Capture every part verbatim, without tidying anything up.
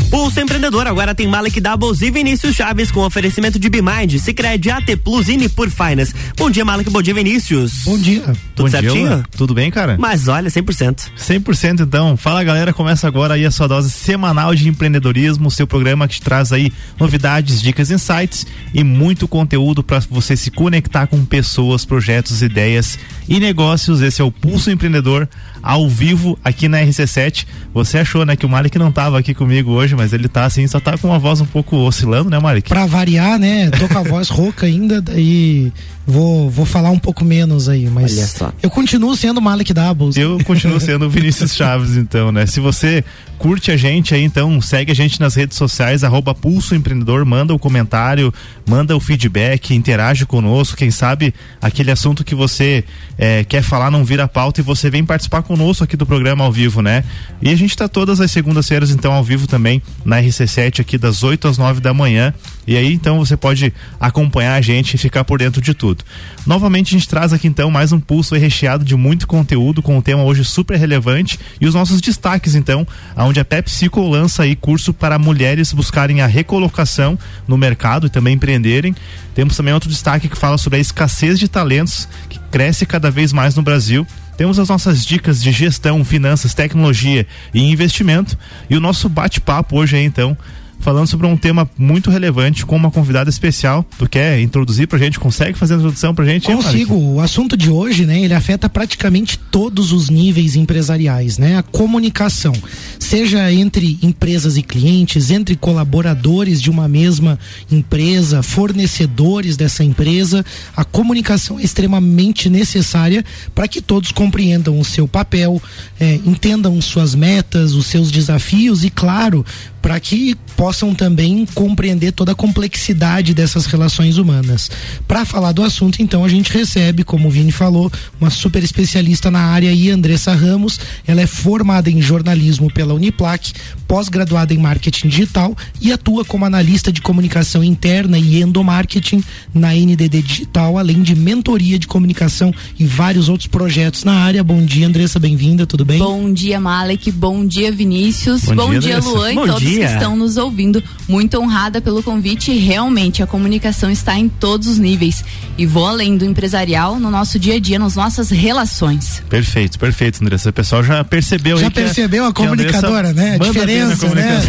Pulso Empreendedor agora tem Malek Doubles e Vinícius Chaves com oferecimento de Bimind, Sicredi, A T Plus e Nipur Finance. Bom dia, Malek, bom dia, Vinícius. Bom dia. Tudo bom certinho? Dia, tudo bem, cara? Mas olha, cem por cento. cem por cento então. Fala, galera, começa agora aí a sua dose semanal de empreendedorismo, seu programa que te traz aí novidades, dicas, insights e muito conteúdo para você se conectar com pessoas, projetos, ideias e negócios. Esse é o Pulso Empreendedor ao vivo aqui na R C sete. Você achou, né, que o Malek não tava aqui comigo hoje, mas ele tá assim, só tá com uma voz um pouco oscilando, né, Malek? Pra variar, né, tô com a voz rouca ainda, daí vou, vou falar um pouco menos aí, mas olha só, eu continuo sendo Malek Doubles. Eu continuo sendo o Vinícius Chaves, então, né? Se você curte a gente aí, então segue a gente nas redes sociais, arroba Pulso Empreendedor, manda o comentário, manda o feedback, interage conosco, quem sabe aquele assunto que você é, quer falar não vira pauta e você vem participar conosco aqui do programa ao vivo, né? E a gente tá todas as segundas-feiras, então, ao vivo também na R C sete, aqui das oito às nove da manhã, e aí então você pode acompanhar a gente e ficar por dentro de tudo. Novamente a gente traz aqui então mais um Pulso recheado de muito conteúdo, com um tema hoje super relevante e os nossos destaques então, onde a PepsiCo lança aí curso para mulheres buscarem a recolocação no mercado e também empreenderem. Temos também outro destaque que fala sobre a escassez de talentos que cresce cada vez mais no Brasil. Temos as nossas dicas de gestão, finanças, tecnologia e investimento, e o nosso bate-papo hoje aí então, falando sobre um tema muito relevante com uma convidada especial. Tu quer introduzir pra gente? Consegue fazer a introdução pra gente? Consigo. O assunto de hoje, né, ele afeta praticamente todos os níveis empresariais, né? A comunicação, seja entre empresas e clientes, entre colaboradores de uma mesma empresa, fornecedores dessa empresa, a comunicação é extremamente necessária para que todos compreendam o seu papel, é, entendam suas metas, os seus desafios e, claro, para que possam também compreender toda a complexidade dessas relações humanas. Para falar do assunto, então, a gente recebe, como o Vini falou, uma super especialista na área aí, Andressa Ramos. Ela é formada em jornalismo pela Uniplac, pós-graduada em marketing digital e atua como analista de comunicação interna e endomarketing na N D D Digital, além de mentoria de comunicação e vários outros projetos na área. Bom dia, Andressa, bem-vinda, tudo bem? Bom dia, Malek, bom dia, Vinícius, bom, bom dia, dia Luan, bom e todos dia. que estão nos ouvindo. Muito honrada pelo convite e realmente a comunicação está em todos os níveis e vou além do empresarial no nosso dia a dia, nas nossas relações. Perfeito, perfeito, Andressa. O pessoal já percebeu já aí percebeu a, a comunicadora, a né? A diferença, né?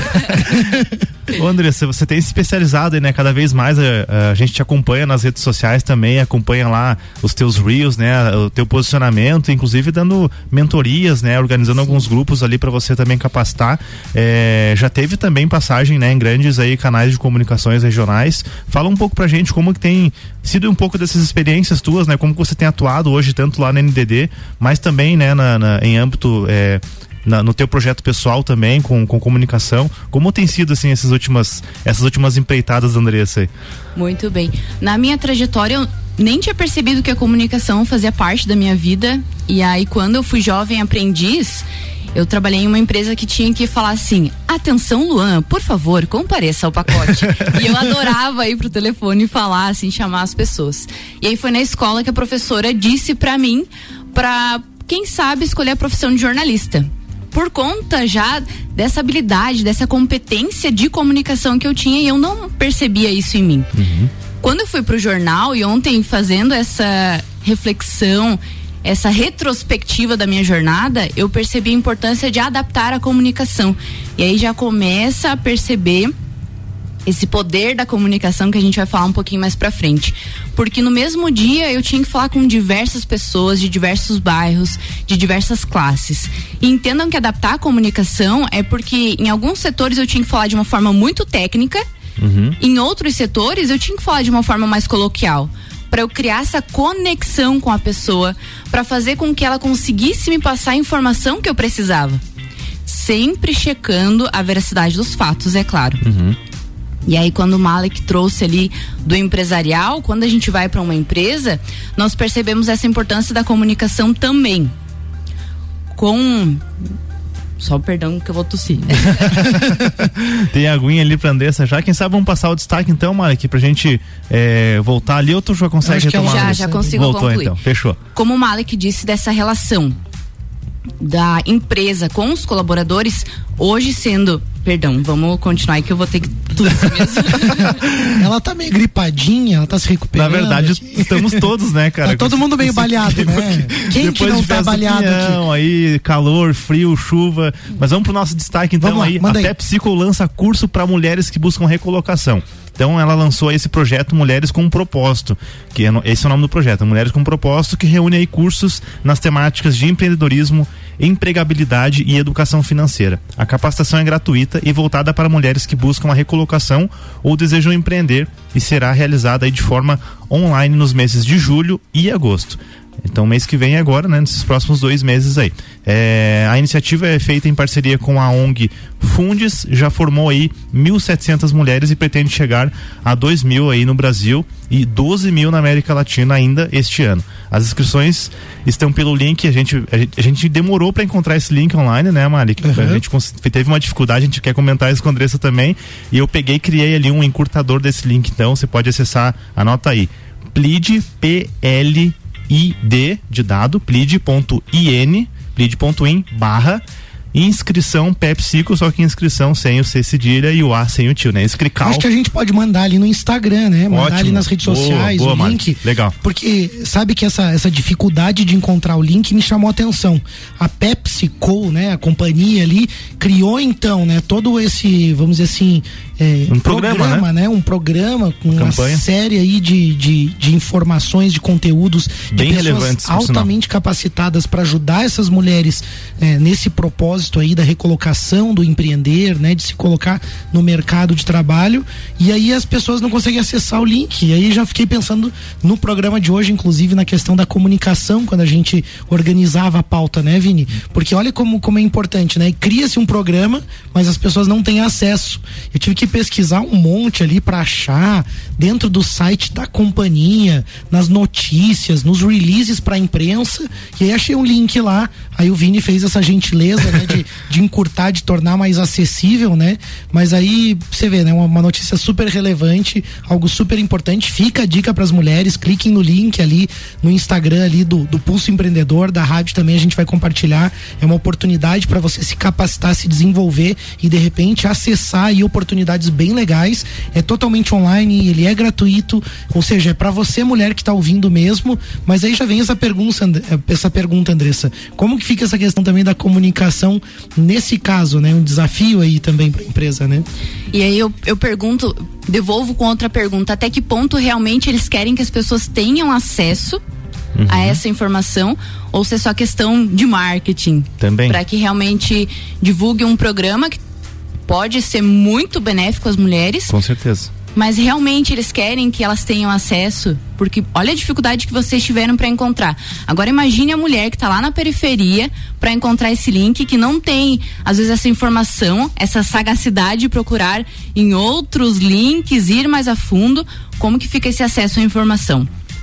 Ô, Andressa, você tem se especializado aí, né? Cada vez mais a, a gente te acompanha nas redes sociais também, acompanha lá os teus reels, né? O teu posicionamento, inclusive dando mentorias, né? Organizando Sim. alguns grupos ali para você também capacitar. É, já teve também passagem, né? Em grandes aí canais de comunicações regionais. Fala um pouco pra gente como que tem sido um pouco dessas experiências tuas, né? Como que você tem atuado hoje, tanto lá na N D D, mas também, né? Na, na, em âmbito... É, Na, no teu projeto pessoal também, com, com comunicação. Como tem sido, assim, essas últimas, essas últimas empreitadas da Andressa aí? Muito bem. Na minha trajetória, eu nem tinha percebido que a comunicação fazia parte da minha vida. E aí, quando eu fui jovem aprendiz, eu trabalhei em uma empresa que tinha que falar assim: atenção, Luan, por favor, compareça ao pacote. E eu adorava ir pro telefone e falar, assim, chamar as pessoas. E aí foi na escola que a professora disse pra mim, pra, quem sabe, escolher a profissão de jornalista. Por conta já dessa habilidade, dessa competência de comunicação que eu tinha, e eu não percebia isso em mim. Uhum. Quando eu fui pro jornal, e ontem fazendo essa reflexão, essa retrospectiva da minha jornada, eu percebi a importância de adaptar a comunicação. E aí já começa a perceber esse poder da comunicação que a gente vai falar um pouquinho mais pra frente. Porque no mesmo dia eu tinha que falar com diversas pessoas de diversos bairros, de diversas classes. E entendam que adaptar a comunicação é porque em alguns setores eu tinha que falar de uma forma muito técnica, uhum. Em outros setores eu tinha que falar de uma forma mais coloquial, para eu criar essa conexão com a pessoa, para fazer com que ela conseguisse me passar a informação que eu precisava. Sempre checando a veracidade dos fatos, é claro. Uhum. E aí, quando o Malek trouxe ali do empresarial, quando a gente vai para uma empresa, nós percebemos essa importância da comunicação também. Com... Só perdão que eu vou tossir. Tem aguinha ali pra Andressa já. Quem sabe vamos passar o destaque então, Malek, pra gente é, voltar ali, ou tu já consegue retomar? Já, já consigo Voltou, concluir. Então, fechou. Como o Malek disse dessa relação da empresa com os colaboradores, hoje sendo Perdão, vamos continuar aí que eu vou ter que tudo mesmo. Ela tá meio gripadinha, ela tá se recuperando. Na verdade, aqui. Estamos todos, né, cara? Tá todo mundo meio baleado, né? Quem que não tá baleado aqui? Aí, calor, frio, chuva. Mas vamos pro nosso destaque, então. Vamos lá, aí. A manda aí. PepsiCo lança curso para mulheres que buscam recolocação. Então ela lançou esse projeto Mulheres com um Propósito, que é, esse é o nome do projeto, Mulheres com um Propósito, que reúne aí cursos nas temáticas de empreendedorismo, empregabilidade e educação financeira. A capacitação é gratuita e voltada para mulheres que buscam a recolocação ou desejam empreender e será realizada aí de forma online nos meses de julho e agosto. Então, mês que vem agora, né? Nesses próximos dois meses aí. É, a iniciativa é feita em parceria com a O N G Fundes, já formou aí mil e setecentas mulheres e pretende chegar a dois mil aí no Brasil e doze mil na América Latina ainda este ano. As inscrições estão pelo link, a gente, a gente, a gente demorou para encontrar esse link online, né, Mali? Uhum. A gente teve uma dificuldade, a gente quer comentar isso com a Andressa também, e eu peguei e criei ali um encurtador desse link, então você pode acessar, anota aí, plid, P L I D de dado, plid ponto in, plid ponto in barra inscrição PepsiCo, só que inscrição sem o C cedilha e o A sem o tio, né? Escrical. Acho que a gente pode mandar ali no Instagram, né? Mandar Ótimo. ali nas redes sociais, boa, boa, o link. Mari. Legal. Porque sabe que essa, essa dificuldade de encontrar o link me chamou a atenção. A PepsiCo, né? A companhia ali criou então, né? Todo esse, vamos dizer assim, é, um programa, programa né? né? Um programa com uma, uma série aí de, de, de informações, de conteúdos, bem de pessoas relevantes, altamente capacitadas para ajudar essas mulheres é, nesse propósito aí da recolocação, do empreender, né, de se colocar no mercado de trabalho, e aí as pessoas não conseguem acessar o link. E aí já fiquei pensando no programa de hoje, inclusive na questão da comunicação, quando a gente organizava a pauta, né, Vini? Porque olha como, como é importante, né? Cria-se um programa, mas as pessoas não têm acesso. Eu tive que pesquisar um monte ali para achar dentro do site da companhia, nas notícias, nos releases para a imprensa, e aí achei um link lá. Aí o Vini fez essa gentileza, né, de, de encurtar, de tornar mais acessível, né? Mas aí você vê, né, uma, uma notícia super relevante, algo super importante. Fica a dica para as mulheres, cliquem no link ali no Instagram ali do, do Pulso Empreendedor, da rádio também a gente vai compartilhar. É uma oportunidade para você se capacitar, se desenvolver e de repente acessar aí oportunidades bem legais. É totalmente online, ele é gratuito, ou seja, é para você mulher que tá ouvindo mesmo. Mas aí já vem essa pergunta, essa pergunta, Andressa, como que fica essa questão também da comunicação nesse caso, né? Um desafio aí também para a empresa, né? E aí eu, eu pergunto, devolvo com outra pergunta, até que ponto realmente eles querem que as pessoas tenham acesso uhum. a essa informação, ou se é só questão de marketing? Também. Para que realmente divulgue um programa que pode ser muito benéfico às mulheres. Com certeza. Mas realmente eles querem que elas tenham acesso, porque olha a dificuldade que vocês tiveram para encontrar. Agora imagine a mulher que está lá na periferia para encontrar esse link, que não tem às vezes essa informação, essa sagacidade de procurar em outros links, ir mais a fundo. Como que fica esse acesso à informação?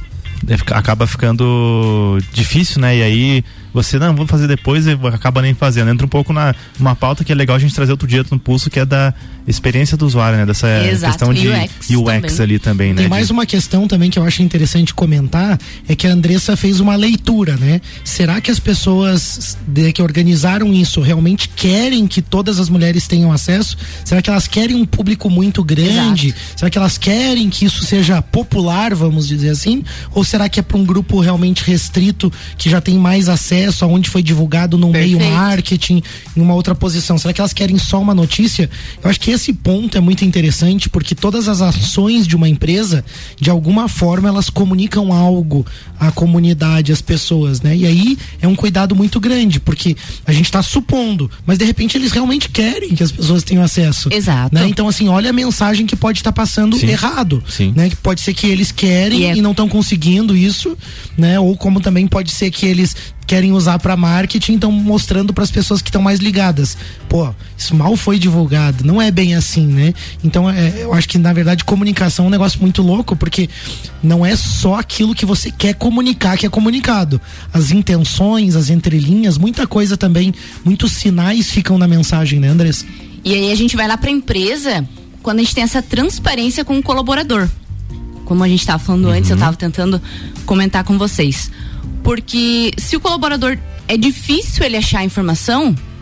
Acaba ficando difícil, né? E aí você, não, vou fazer depois e acaba nem fazendo. Entra um pouco na uma pauta que é legal a gente trazer outro dia no Pulso, que é da experiência do usuário, né? Dessa Exato. questão de U X, U X também. ali também, né? Tem mais de... uma questão também que eu acho interessante comentar, é que a Andressa fez uma leitura, né? Será que as pessoas de, que organizaram isso realmente querem que todas as mulheres tenham acesso? Será que elas querem um público muito grande? Exato. Será que elas querem que isso seja popular, vamos dizer assim? Ou será que é para um grupo realmente restrito, que já tem mais acesso, aonde foi divulgado no Perfeito. meio marketing, em uma outra posição? Será que elas querem só uma notícia? Eu acho que esse ponto é muito interessante, porque todas as ações de uma empresa, de alguma forma, elas comunicam algo à comunidade, às pessoas, né? E aí é um cuidado muito grande, porque a gente está supondo, mas de repente eles realmente querem que as pessoas tenham acesso. Exato. Né? Então, assim, olha a mensagem que pode estar tá passando Sim. errado. Sim. Né? Que pode ser que eles querem e, é... e não estão conseguindo isso, né? Ou como também pode ser que eles querem usar para marketing, então mostrando para as pessoas que estão mais ligadas. Pô, isso mal foi divulgado, não é bem assim, né? Então é, eu acho que na verdade comunicação é um negócio muito louco, porque não é só aquilo que você quer comunicar que é comunicado. As intenções, as entrelinhas, muita coisa também, muitos sinais ficam na mensagem, né, Andressa? E aí a gente vai lá para a empresa quando a gente tem essa transparência com o colaborador. Como a gente estava falando uhum. antes, eu estava tentando comentar com vocês. Porque se o colaborador é difícil ele achar a informação,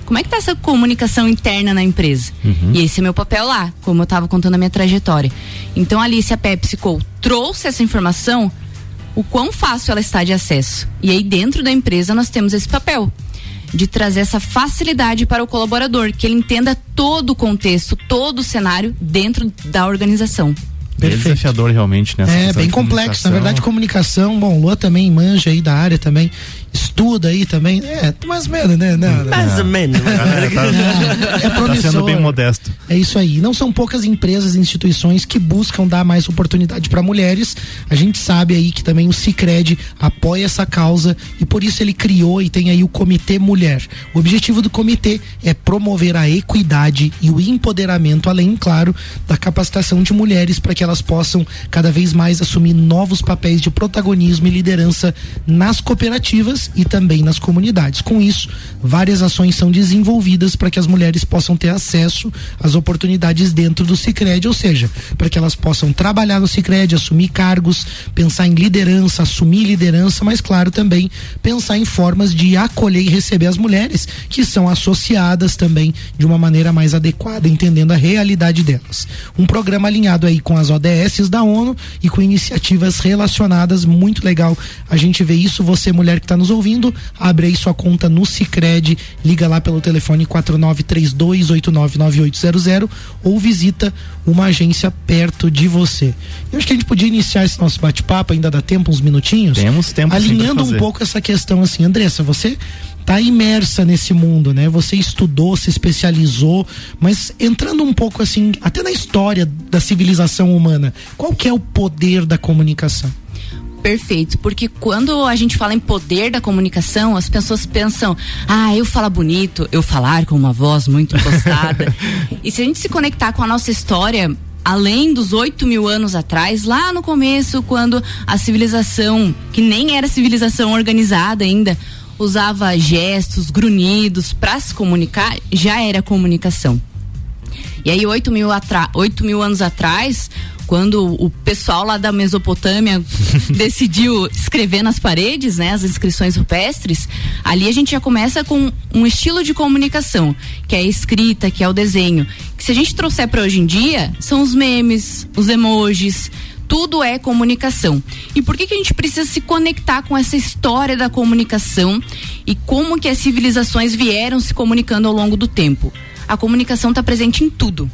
como é que tá essa comunicação interna na empresa? Uhum. E esse é meu papel lá, como eu estava contando a minha trajetória. Então ali, se a PepsiCo trouxe essa informação, o quão fácil ela está de acesso. E aí dentro da empresa nós temos esse papel de trazer essa facilidade para o colaborador, que ele entenda todo o contexto, todo o cenário dentro da organização. Bem desafiador realmente, né? É, bem complexo. Na verdade, comunicação, bom, o Lua também manja aí da área também, estuda aí também, é, mais ou menos, né? Não, mais ou menos. É, tá, é promissor. Tá sendo bem modesto. É isso aí. Não são poucas empresas e instituições que buscam dar mais oportunidade para mulheres. A gente sabe aí que também o Sicredi apoia essa causa e por isso ele criou e tem aí o Comitê Mulher. O objetivo do comitê é promover a equidade e o empoderamento, além, claro, da capacitação de mulheres para que elas possam cada vez mais assumir novos papéis de protagonismo e liderança nas cooperativas e também nas comunidades. Com isso, várias ações são desenvolvidas para que as mulheres possam ter acesso às oportunidades dentro do Sicredi, ou seja, para que elas possam trabalhar no Sicredi, assumir cargos, pensar em liderança, assumir liderança, mas claro também pensar em formas de acolher e receber as mulheres que são associadas também de uma maneira mais adequada, entendendo a realidade delas. Um programa alinhado aí com as O D S da ONU e com iniciativas relacionadas, muito legal a gente vê isso. Você, mulher que está nos ouvindo, abre aí sua conta no Sicredi, liga lá pelo telefone quatro nove três dois oito nove nove oito zero zero ou visita uma agência perto de você. Eu acho que a gente podia iniciar esse nosso bate-papo, ainda dá tempo, uns minutinhos. Temos tempo. Alinhando um pouco essa questão assim, Andressa, você tá imersa nesse mundo, né? Você estudou, se especializou, mas entrando um pouco assim, até na história da civilização humana, qual que é o poder da comunicação? Perfeito, porque quando a gente fala em poder da comunicação, as pessoas pensam, ah, eu falar bonito, eu falar com uma voz muito impostada. E se a gente se conectar com a nossa história, além dos oito mil anos atrás, lá no começo, quando a civilização, que nem era civilização organizada ainda, usava gestos, grunhidos para se comunicar, já era comunicação. E aí, oito mil, atra- oito mil anos atrás, quando o pessoal lá da Mesopotâmia decidiu escrever nas paredes, né, as inscrições rupestres, ali a gente já começa com um estilo de comunicação, que é a escrita, que é o desenho. Que se a gente trouxer para hoje em dia, são os memes, os emojis, tudo é comunicação. E por que que a gente precisa se conectar com essa história da comunicação e como que as civilizações vieram se comunicando ao longo do tempo? A comunicação está presente em tudo.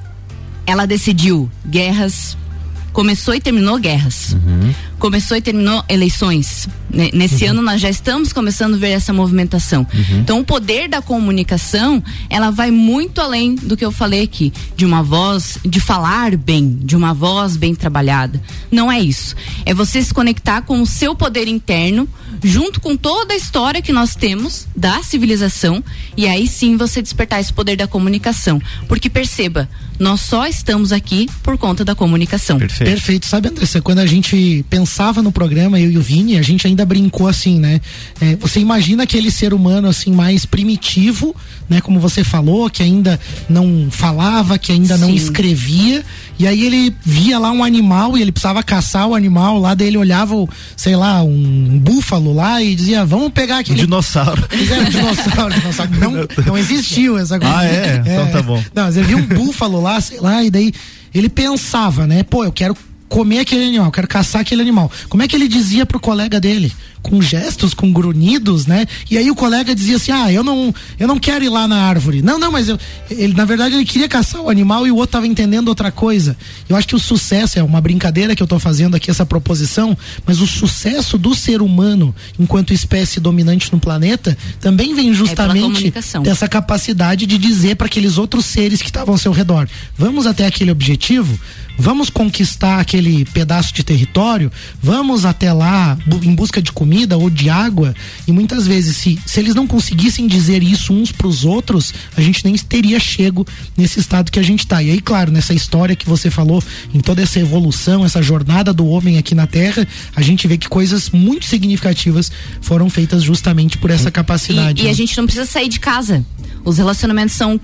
Ela decidiu guerras, começou e terminou guerras, uhum. começou e terminou eleições. Nesse uhum. ano nós já estamos começando a ver essa movimentação. Uhum. Então o poder da comunicação, ela vai muito além do que eu falei aqui, de uma voz, de falar bem, de uma voz bem trabalhada. Não é isso. É você se conectar com o seu poder interno, junto com toda a história que nós temos da civilização, e aí sim você despertar esse poder da comunicação. Porque perceba, nós só estamos aqui por conta da comunicação. Perfeito. Perfeito. Sabe, Andressa, quando a gente pensava no programa, eu e o Vini, a gente ainda brincou assim, né? É, você imagina aquele ser humano assim mais primitivo, né? Como você falou, que ainda não falava, que ainda Sim. não escrevia, e aí ele via lá um animal e ele precisava caçar o animal lá, daí ele olhava, sei lá, um búfalo lá e dizia, vamos pegar aquele... Um dinossauro. É, um dinossauro, dinossauro. Não, não existiu essa coisa. Ah, é? é? Então tá bom. Não, mas ele viu um búfalo lá, sei lá, e daí ele pensava, né? Pô, eu quero comer aquele animal, quero caçar aquele animal. Como é que ele dizia pro colega dele? Com gestos, com grunhidos, né? E aí o colega dizia assim, ah, eu não, eu não quero ir lá na árvore. Não, não, mas eu, ele, na verdade ele queria caçar o animal e o outro tava entendendo outra coisa. Eu acho que o sucesso, é uma brincadeira que eu tô fazendo aqui, essa proposição, mas o sucesso do ser humano, enquanto espécie dominante no planeta, também vem justamente é dessa capacidade de dizer para aqueles outros seres que estavam ao seu redor, vamos até aquele objetivo, vamos conquistar aquele pedaço de território, vamos até lá em busca de comida ou de água, e muitas vezes se, se eles não conseguissem dizer isso uns pros outros, a gente nem teria chego nesse estado que a gente tá. E aí, claro, nessa história que você falou, em toda essa evolução, essa jornada do homem aqui na Terra, a gente vê que coisas muito significativas foram feitas justamente por essa capacidade. E, e a gente não precisa sair de casa. Os relacionamentos são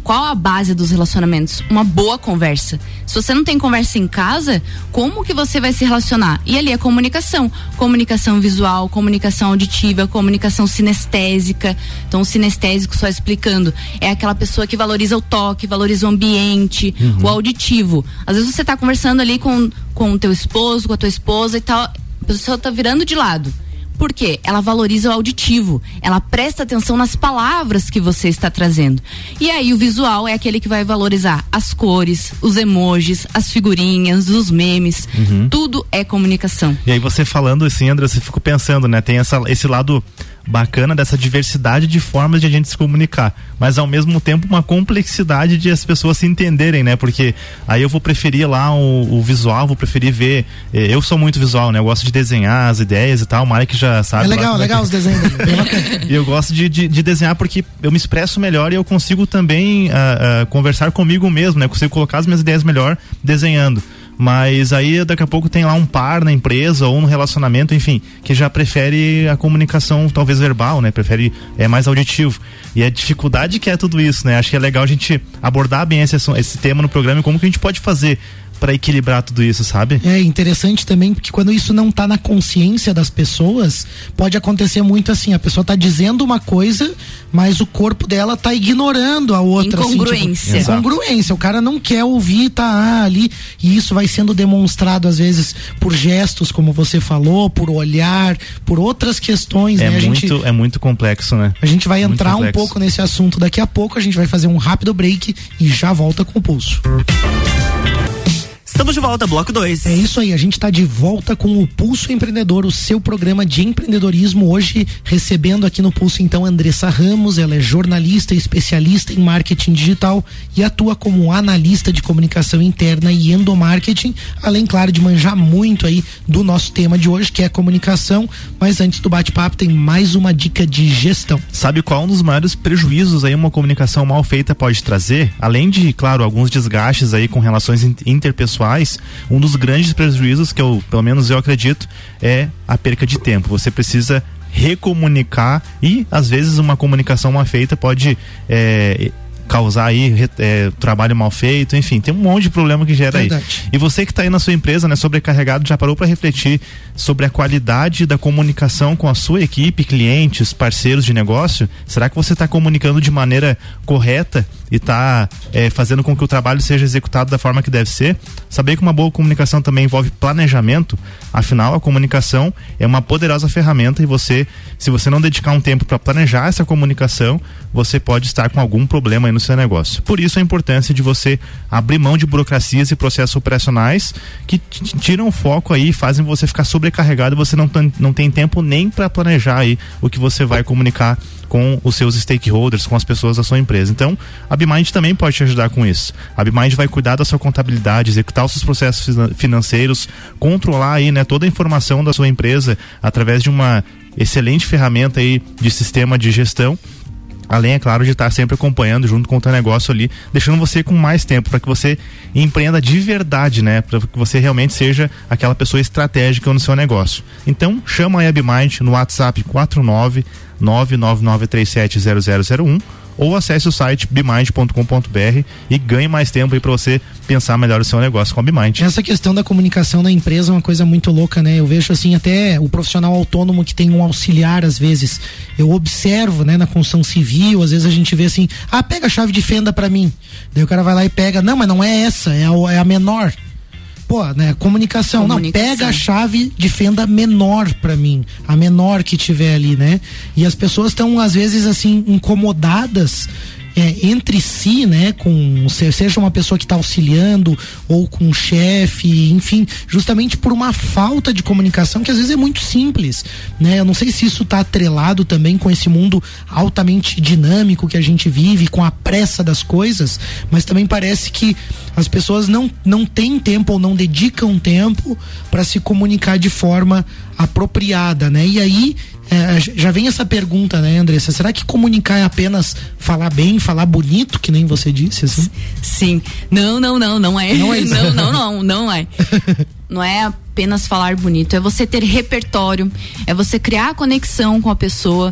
Qual a base dos relacionamentos? Uma boa conversa. Se você não tem conversa em casa, como que você vai se relacionar? E ali é comunicação. Comunicação visual, comunicação auditiva, comunicação sinestésica. Então, o sinestésico, só explicando, é aquela pessoa que valoriza o toque, valoriza o ambiente, uhum. o auditivo. Às vezes você tá conversando ali com, com o teu esposo, com a tua esposa e tal, a pessoa tá virando de lado. Por quê? Ela valoriza o auditivo, ela presta atenção nas palavras que você está trazendo. E aí o visual é aquele que vai valorizar as cores, os emojis, as figurinhas, os memes, uhum. tudo é comunicação. E aí você falando assim, André, você ficou pensando, né? Tem essa, esse lado bacana dessa diversidade de formas de a gente se comunicar, mas ao mesmo tempo uma complexidade de as pessoas se entenderem, né? Porque aí eu vou preferir lá o, o visual, vou preferir ver, eh, eu sou muito visual, né? Eu gosto de desenhar as ideias e tal, o Mari que já sabe. É legal, lá, legal é que... os desenhos dele. E eu gosto de, de, de desenhar porque eu me expresso melhor e eu consigo também uh, uh, conversar comigo mesmo, né? Eu consigo colocar as minhas ideias melhor desenhando. Mas aí daqui a pouco tem lá um par na empresa ou no relacionamento, enfim, que já prefere a comunicação talvez verbal, né? Prefere, é mais auditivo. E a dificuldade que é tudo isso, né? Acho que é legal a gente abordar bem esse, esse tema no programa e como que a gente pode fazer para equilibrar tudo isso, sabe? É interessante também porque quando isso não tá na consciência das pessoas, pode acontecer muito assim, a pessoa tá dizendo uma coisa, mas o corpo dela tá ignorando a outra. Incongruência. Assim, tipo, incongruência, o cara não quer ouvir, tá ah, ali, e isso vai sendo demonstrado às vezes por gestos, como você falou, por olhar, por outras questões, é né? A muito, gente, é muito complexo, né? A gente vai entrar um pouco nesse assunto daqui a pouco, a gente vai fazer um rápido break e já volta com o Pulso. Estamos de volta, bloco dois. É isso aí, a gente está de volta com o Pulso Empreendedor, o seu programa de empreendedorismo. Hoje recebendo aqui no Pulso então Andressa Ramos, ela é jornalista e especialista em marketing digital e atua como analista de comunicação interna e endomarketing, além claro de manjar muito aí do nosso tema de hoje, que é comunicação. Mas antes do bate-papo tem mais uma dica de gestão. Sabe qual um dos maiores prejuízos aí uma comunicação mal feita pode trazer? Além de, claro, alguns desgastes aí com relações interpessoais, um dos grandes prejuízos que eu, pelo menos eu acredito, é a perca de tempo. Você precisa recomunicar e às vezes uma comunicação mal feita pode é, causar aí é, trabalho mal feito, enfim, tem um monte de problema que gera Verdade. aí. E você que está aí na sua empresa, né, sobrecarregado, já parou para refletir sobre a qualidade da comunicação com a sua equipe, clientes, parceiros de negócio? Será que você está comunicando de maneira correta e está é, fazendo com que o trabalho seja executado da forma que deve ser? Saber que uma boa comunicação também envolve planejamento, afinal a comunicação é uma poderosa ferramenta e você, se você não dedicar um tempo para planejar essa comunicação, você pode estar com algum problema aí no seu negócio. Por isso a importância de você abrir mão de burocracias e processos operacionais que tiram o foco aí e fazem você ficar sobrecarregado e você não, não tem tempo nem para planejar aí o que você vai comunicar com os seus stakeholders, com as pessoas da sua empresa. Então, a BeMind também pode te ajudar com isso. A BeMind vai cuidar da sua contabilidade, executar os seus processos financeiros, controlar aí, né, toda a informação da sua empresa através de uma excelente ferramenta aí de sistema de gestão. Além, é claro, de estar sempre acompanhando junto com o teu negócio ali, deixando você com mais tempo para que você empreenda de verdade, né? Para que você realmente seja aquela pessoa estratégica no seu negócio. Então, chama aí a BeMind no WhatsApp quatro nove nove nove nove três sete zero zero zero um ou acesse o site bemind ponto com ponto b r e ganhe mais tempo aí para você pensar melhor o seu negócio com a BeMind. Essa questão da comunicação na empresa é uma coisa muito louca, né? Eu vejo assim, até o profissional autônomo que tem um auxiliar às vezes, eu observo, né, na construção civil, às vezes a gente vê assim, ah, pega a chave de fenda pra mim, daí o cara vai lá e pega, não, mas não é essa, é a, é a menor. Pô, né, comunicação, comunicação, não, pega a chave de fenda menor pra mim, a menor que tiver ali, né? E as pessoas estão às vezes assim incomodadas É, entre si, né, com seja uma pessoa que está auxiliando ou com um chefe, enfim, justamente por uma falta de comunicação que às vezes é muito simples, né? Eu não sei se isso está atrelado também com esse mundo altamente dinâmico que a gente vive, com a pressa das coisas, mas também parece que as pessoas não, não têm tempo ou não dedicam tempo para se comunicar de forma apropriada, né? E aí É, já vem essa pergunta, né, Andressa? Será que comunicar é apenas falar bem, falar bonito, que nem você disse, assim? Sim. Não, não, não, não é. Não é isso. Não, não, não, não é. Não é apenas falar bonito, é você ter repertório, é você criar conexão com a pessoa.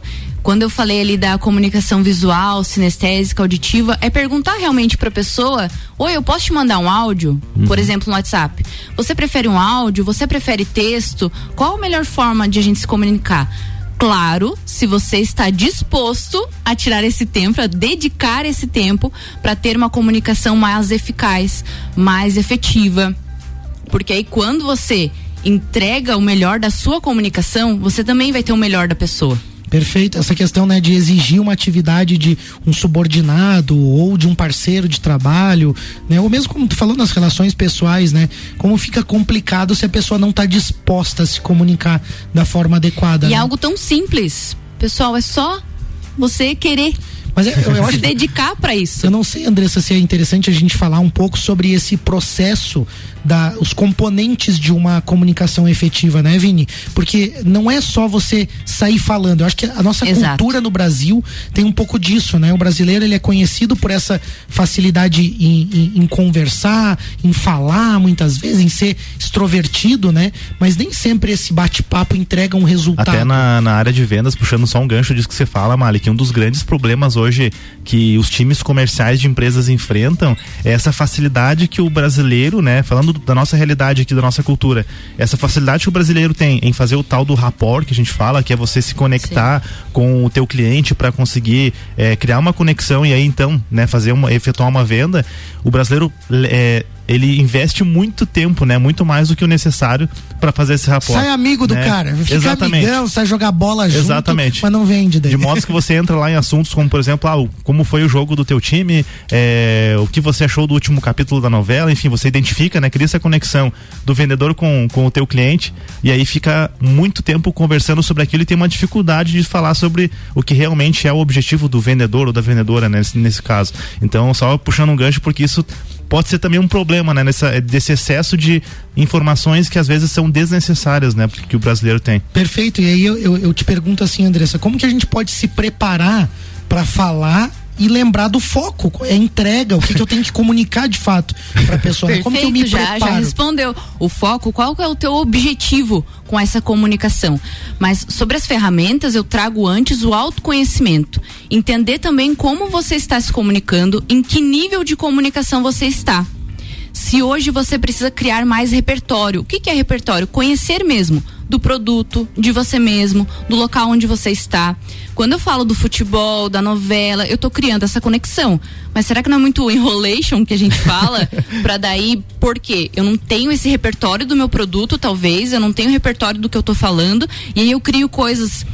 quando eu falei ali da comunicação visual, sinestésica, auditiva, é perguntar realmente pra pessoa: oi, eu posso te mandar um áudio? Uhum. Por exemplo, no WhatsApp. Você prefere um áudio? Você prefere texto? Qual a melhor forma de a gente se comunicar? Claro, se você está disposto a tirar esse tempo, a dedicar esse tempo para ter uma comunicação mais eficaz, mais efetiva. Porque aí quando você entrega o melhor da sua comunicação, você também vai ter o melhor da pessoa. Perfeito, essa questão, né, de exigir uma atividade de um subordinado ou de um parceiro de trabalho, né, ou mesmo como tu falou nas relações pessoais, né, como fica complicado se a pessoa não está disposta a se comunicar da forma adequada. E né? é algo tão simples, pessoal, é só você querer. Mas é, eu, eu acho se dedicar para isso. Eu não sei, Andressa, se é interessante a gente falar um pouco sobre esse processo, da, os componentes de uma comunicação efetiva, né, Vini? Porque não é só você sair falando. Eu acho que a nossa Exato. cultura no Brasil tem um pouco disso, né? O brasileiro, ele é conhecido por essa facilidade em, em, em conversar, em falar, muitas vezes, em ser extrovertido, né? Mas nem sempre esse bate-papo entrega um resultado. Até na, na área de vendas, puxando só um gancho disso que você fala, Mali, que um dos grandes problemas hoje que os times comerciais de empresas enfrentam é essa facilidade que o brasileiro, né, falando da nossa realidade aqui, da nossa cultura, essa facilidade que o brasileiro tem em fazer o tal do rapport que a gente fala, que é você se conectar Sim. com o teu cliente para conseguir é, criar uma conexão e aí então, né, fazer uma, efetuar uma venda. O brasileiro é, ele investe muito tempo, né? Muito mais do que o necessário para fazer esse rapport. Sai amigo do né? cara, fica Exatamente. amigão, sai jogar bola junto, Exatamente. Mas não vende daí. De modo que você entra lá em assuntos como, por exemplo, ah, como foi o jogo do teu time, é, o que você achou do último capítulo da novela, enfim, você identifica, né? Cria essa conexão do vendedor com, com o teu cliente e aí fica muito tempo conversando sobre aquilo e tem uma dificuldade de falar sobre o que realmente é o objetivo do vendedor ou da vendedora, né? Nesse, nesse caso. Então, só puxando um gancho, porque isso pode ser também um problema, né? Nessa, desse excesso de informações que às vezes são desnecessárias, né? Que o brasileiro tem. Perfeito, e aí eu, eu, eu te pergunto assim, Andressa, como que a gente pode se preparar para falar e lembrar do foco, é entrega, o que, que eu tenho que comunicar de fato para a pessoa. Perfeito, como que eu me já, preparo? já respondeu. O foco, qual é o teu objetivo com essa comunicação? Mas sobre as ferramentas eu trago antes o autoconhecimento, entender também como você está se comunicando, em que nível de comunicação você está. Se hoje você precisa criar mais repertório, o que, que é repertório? Conhecer mesmo do produto, de você mesmo, do local onde você está. Quando eu falo do futebol, da novela, eu tô criando essa conexão. Mas será que não é muito enrolation que a gente fala? Pra daí, por quê? Eu não tenho esse repertório do meu produto, talvez, eu não tenho repertório do que eu tô falando, e aí eu crio coisas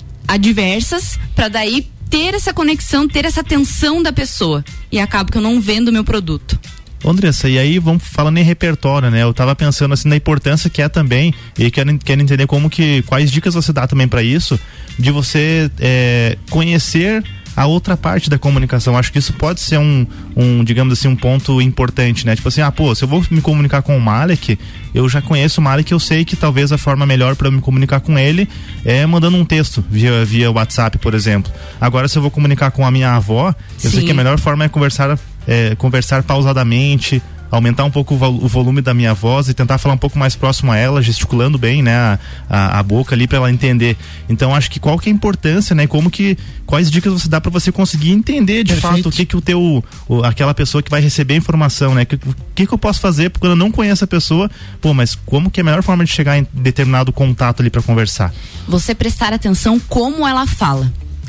adversas pra daí ter essa conexão, ter essa atenção da pessoa. E acabo que eu não vendo o meu produto. Andressa, e aí vamos falando em repertório, né? Eu tava pensando assim na importância que é também, e quero, quero entender como que, quais dicas você dá também para isso, de você é, conhecer a outra parte da comunicação. Acho que isso pode ser um, um, digamos assim, um ponto importante, né? Tipo assim, ah, pô, se eu vou me comunicar com o Malek, eu já conheço o Malek, eu sei que talvez a forma melhor para eu me comunicar com ele é mandando um texto via, via WhatsApp, por exemplo. Agora, se eu vou comunicar com a minha avó, eu Sim. sei que a melhor forma é conversar É, conversar pausadamente, aumentar um pouco o, vo- o volume da minha voz e tentar falar um pouco mais próximo a ela, gesticulando bem, né, a, a, a boca ali para ela entender. Então acho que qual que é a importância, né, como que, quais dicas você dá para você conseguir entender de Perfeito. fato o que que o teu, o, aquela pessoa que vai receber a informação, né, o que, que que eu posso fazer quando eu não conheço a pessoa, pô, mas como que é a melhor forma de chegar em determinado contato ali para conversar? Você prestar atenção como ela fala.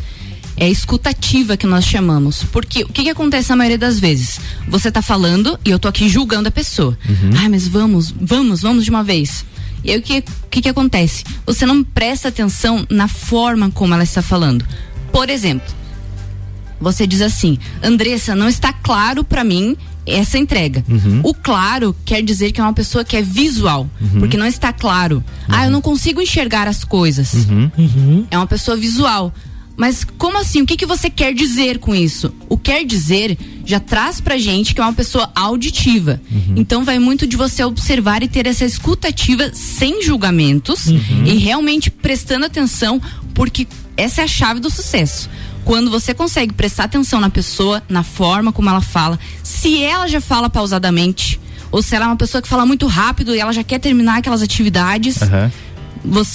É escutativa que nós chamamos. Porque o que, que acontece na maioria das vezes? Você tá falando e eu tô aqui julgando a pessoa. Uhum. Ai, mas vamos, vamos, vamos de uma vez. E aí o que, que, que acontece? Você não presta atenção na forma como ela está falando. Por exemplo, você diz assim: Andressa, não está claro pra mim essa entrega. Uhum. O claro quer dizer que é uma pessoa que é visual, uhum. porque não está claro. Uhum. Ah, eu não consigo enxergar as coisas. Uhum. Uhum. É uma pessoa visual. Mas como assim? O que, que você quer dizer com isso? O quer dizer já traz pra gente que é uma pessoa auditiva. Uhum. Então vai muito de você observar e ter essa escutativa sem julgamentos uhum. e realmente prestando atenção, porque essa é a chave do sucesso. Quando você consegue prestar atenção na pessoa, na forma como ela fala, se ela já fala pausadamente, ou se ela é uma pessoa que fala muito rápido e ela já quer terminar aquelas atividades, uhum. você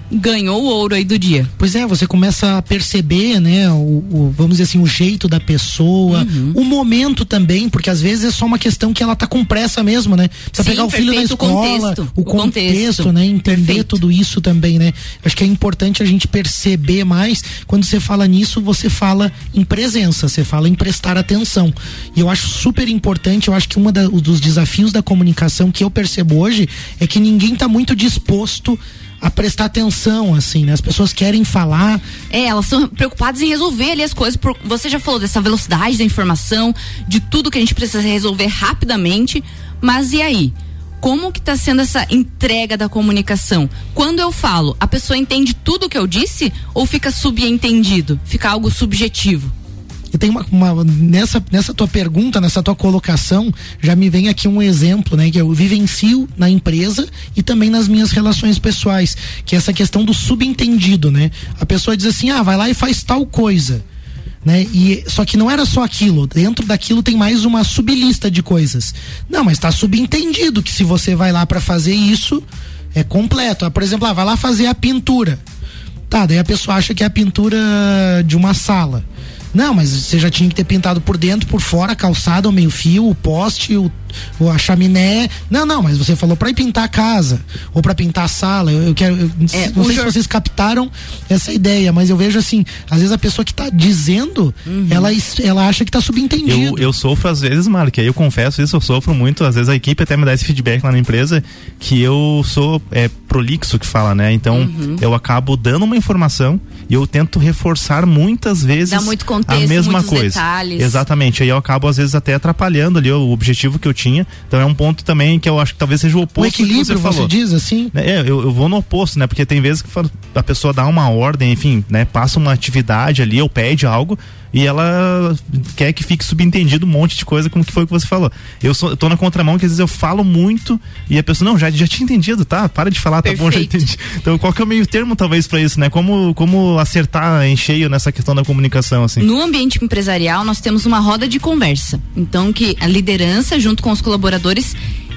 ganhou o ouro aí do dia. Pois é, você começa a perceber, né, o, o vamos dizer assim, o jeito da pessoa, uhum. o momento também, porque às vezes é só uma questão que ela tá com pressa mesmo, né? Precisa Sim, pegar o filho na escola, o contexto, o, o contexto, contexto, né? Entender perfeito. Tudo isso também, né? Acho que é importante a gente perceber mais. Quando você fala nisso, você fala em presença, você fala em prestar atenção. E eu acho super importante, eu acho que um dos desafios da comunicação que eu percebo hoje é que ninguém tá muito disposto a prestar atenção, assim, né? As pessoas querem falar. É, elas são preocupadas em resolver ali as coisas. Por, você já falou dessa velocidade da informação, de tudo que a gente precisa resolver rapidamente, mas e aí? Como que tá sendo essa entrega da comunicação? Quando eu falo, a pessoa entende tudo que eu disse ou fica subentendido? Fica algo subjetivo? E tem uma, uma nessa, nessa tua pergunta, nessa tua colocação, já me vem aqui um exemplo, né, que eu vivencio na empresa e também nas minhas relações pessoais, que é essa questão do subentendido, né? A pessoa diz assim, ah, vai lá e faz tal coisa, né? E só que não era só aquilo, dentro daquilo tem mais uma sublista de coisas. Não, mas tá subentendido que se você vai lá para fazer isso, é completo. Por exemplo, ah, vai lá fazer a pintura. Tá, daí a pessoa acha que é a pintura de uma sala. Não, mas você já tinha que ter pintado por dentro, por fora, a calçada, o meio fio, o poste, o, o, a chaminé. Não, não, mas você falou pra ir pintar a casa, ou pra pintar a sala. Eu, eu quero, eu, é, não sei se vocês captaram essa ideia, mas eu vejo assim, às vezes a pessoa que tá dizendo, uhum. ela, ela acha que tá subentendido. Eu, eu sofro às vezes, Marco, aí eu confesso isso, eu sofro muito, às vezes a equipe até me dá esse feedback lá na empresa, que eu sou é, prolixo que fala, né? Então, uhum. eu acabo dando uma informação e eu tento reforçar muitas vezes Dá muito contexto, a mesma coisa. Detalhes. Exatamente, aí eu acabo às vezes até atrapalhando ali o objetivo que eu tinha, então é um ponto também que eu acho que talvez seja o oposto. O equilíbrio, que você falou. Você diz assim? É, eu, eu vou no oposto, né? Porque tem vezes que a pessoa dá uma ordem, enfim, né? Passa uma atividade ali ou pede algo e ela quer que fique subentendido um monte de coisa, como que foi o que você falou. Eu, sou, eu tô na contramão, que às vezes eu falo muito e a pessoa, não, já, já tinha entendido, tá? Para de falar, Perfeito. Tá bom, já entendi. Então qual que é o meio termo talvez pra isso, né? Como, como acertar em cheio nessa questão da comunicação, assim? No ambiente empresarial nós temos uma roda de conversa, então que a liderança junto com os colaboradores,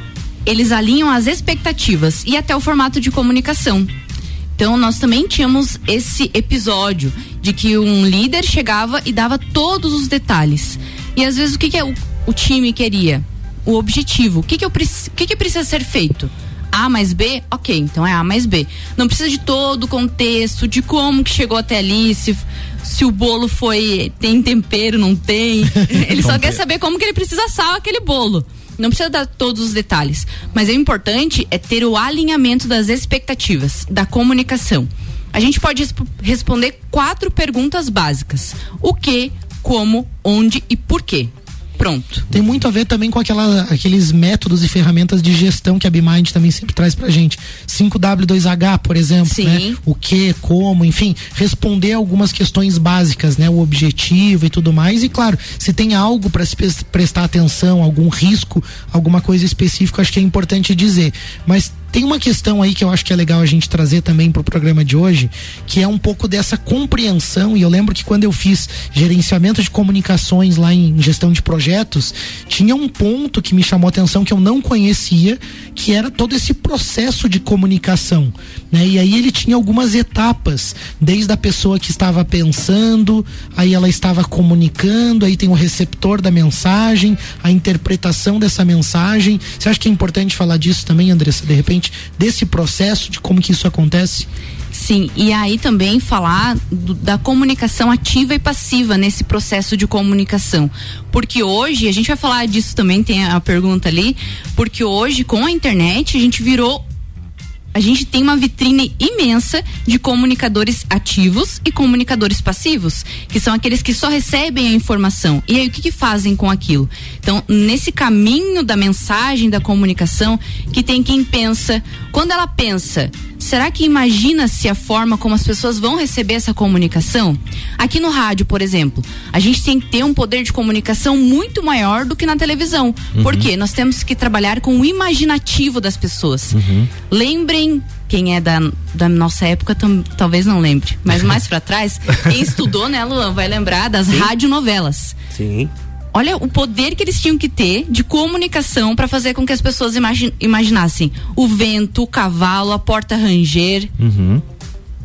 eles alinham as expectativas e até o formato de comunicação. Então nós também tínhamos esse episódio de que um líder chegava e dava todos os detalhes. E às vezes o que, que é o, o time queria? O objetivo. O que, que, eu, o que, que precisa ser feito? A mais B? Ok, então é A mais B. Não precisa de todo o contexto, de como que chegou até ali, se, se o bolo foi, tem tempero, não tem. Ele só quer saber como que ele precisa assar aquele bolo. Não precisa dar todos os detalhes, mas o importante é ter o alinhamento das expectativas, da comunicação. A gente pode resp- responder quatro perguntas básicas: o que, como, onde e por quê. Pronto. Tem muito a ver também com aquela, aqueles métodos e ferramentas de gestão que a BeMind também sempre traz pra gente. cinco W dois H, por exemplo, Sim. né? O que, como, enfim, responder algumas questões básicas, né? O objetivo e tudo mais. E claro, se tem algo para se prestar atenção, algum risco, alguma coisa específica, acho que é importante dizer. Mas tem uma questão aí que eu acho que é legal a gente trazer também pro programa de hoje, que é um pouco dessa compreensão. E eu lembro que quando eu fiz gerenciamento de comunicações lá em gestão de projetos, tinha um ponto que me chamou a atenção que eu não conhecia, que era todo esse processo de comunicação, né? E aí ele tinha algumas etapas, desde a pessoa que estava pensando, aí ela estava comunicando, aí tem o receptor da mensagem, a interpretação dessa mensagem. Você acha que é importante falar disso também, Andressa, de repente, desse processo, de como que isso acontece? Sim, e aí também falar do, da comunicação ativa e passiva nesse processo de comunicação, porque hoje, a gente vai falar disso também, tem a pergunta ali, porque hoje com a internet a gente virou a gente tem uma vitrine imensa de comunicadores ativos e comunicadores passivos, que são aqueles que só recebem a informação. E aí o que que fazem com aquilo? Então, nesse caminho da mensagem, da comunicação, que tem quem pensa, quando ela pensa, será que imagina-se a forma como as pessoas vão receber essa comunicação? Aqui no rádio, por exemplo, a gente tem que ter um poder de comunicação muito maior do que na televisão. Uhum. Por quê? Nós temos que trabalhar com o imaginativo das pessoas. Uhum. Lembrem, quem é da, da nossa época tam, talvez não lembre, mas mais pra trás, quem estudou, né, Luan, vai lembrar das Sim. radionovelas. Sim. Olha o poder que eles tinham que ter de comunicação para fazer com que as pessoas imagin, imaginassem o vento, o cavalo, a porta ranger. Uhum.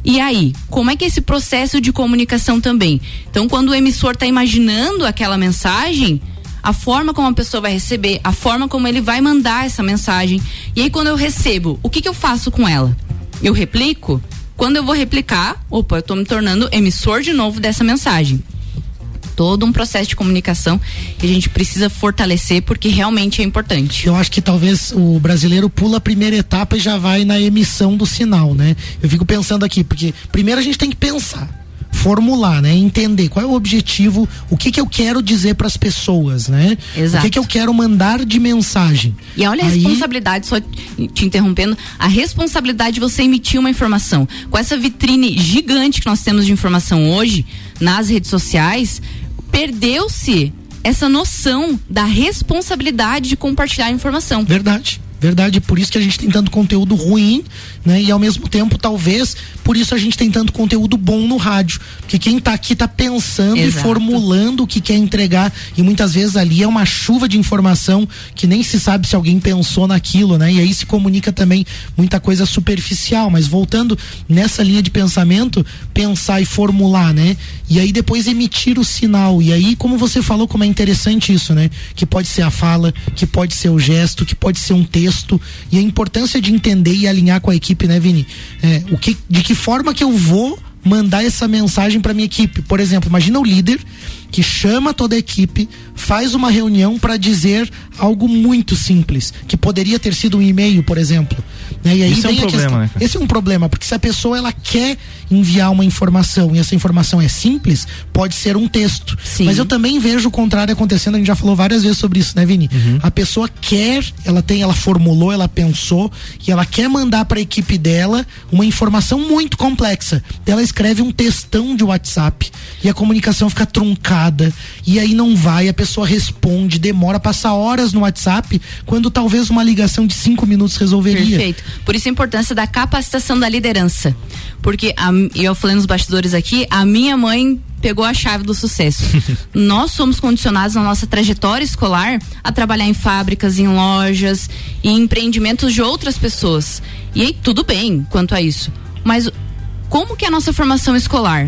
E aí, como é que é esse processo de comunicação também? Então, quando o emissor está imaginando aquela mensagem, a forma como a pessoa vai receber, a forma como ele vai mandar essa mensagem. E aí, quando eu recebo, o que que eu faço com ela? Eu replico? Quando eu vou replicar, opa, eu estou me tornando emissor de novo dessa mensagem. Todo um processo de comunicação que a gente precisa fortalecer porque realmente é importante. Eu acho que talvez o brasileiro pula a primeira etapa e já vai na emissão do sinal, né? Eu fico pensando aqui, porque primeiro a gente tem que pensar, formular, né? Entender qual é o objetivo, o que que eu quero dizer para as pessoas, né? Exato. O que que eu quero mandar de mensagem. E olha a Aí... responsabilidade, só te interrompendo, a responsabilidade de você emitir uma informação. Com essa vitrine gigante que nós temos de informação hoje nas redes sociais, perdeu-se essa noção da responsabilidade de compartilhar a informação. Verdade. Verdade, por isso que a gente tem tanto conteúdo ruim, né? E ao mesmo tempo, talvez, por isso a gente tem tanto conteúdo bom no rádio. Porque quem tá aqui tá pensando Exato. E formulando o que quer entregar. E muitas vezes ali é uma chuva de informação que nem se sabe se alguém pensou naquilo, né? E aí se comunica também muita coisa superficial. Mas voltando nessa linha de pensamento, pensar e formular, né? E aí depois emitir o sinal. E aí, como você falou, como é interessante isso, né? Que pode ser a fala, que pode ser o gesto, que pode ser um texto. E a importância de entender e alinhar com a equipe, né, Vini? É, o que, de que forma que eu vou mandar essa mensagem para minha equipe? Por exemplo, imagina o líder que chama toda a equipe, faz uma reunião para dizer algo muito simples, que poderia ter sido um e-mail, por exemplo. Né? E aí Isso é um problema, questão, né? Esse é um problema, porque se a pessoa ela quer enviar uma informação e essa informação é simples, pode ser um texto. Sim. Mas eu também vejo o contrário acontecendo, a gente já falou várias vezes sobre isso, né, Vini? Uhum. A pessoa quer, ela tem, ela formulou, ela pensou e ela quer mandar para a equipe dela uma informação muito complexa. Ela escreve um textão de WhatsApp e a comunicação fica truncada. E aí não vai, a pessoa responde, demora, passa horas no WhatsApp, quando talvez uma ligação de cinco minutos resolveria. Perfeito. Por isso a importância da capacitação da liderança. Porque, a, eu falei nos bastidores aqui, a minha mãe pegou a chave do sucesso. Nós somos condicionados na nossa trajetória escolar a trabalhar em fábricas, em lojas, em empreendimentos de outras pessoas. E aí tudo bem quanto a isso. Mas como que é a nossa formação escolar?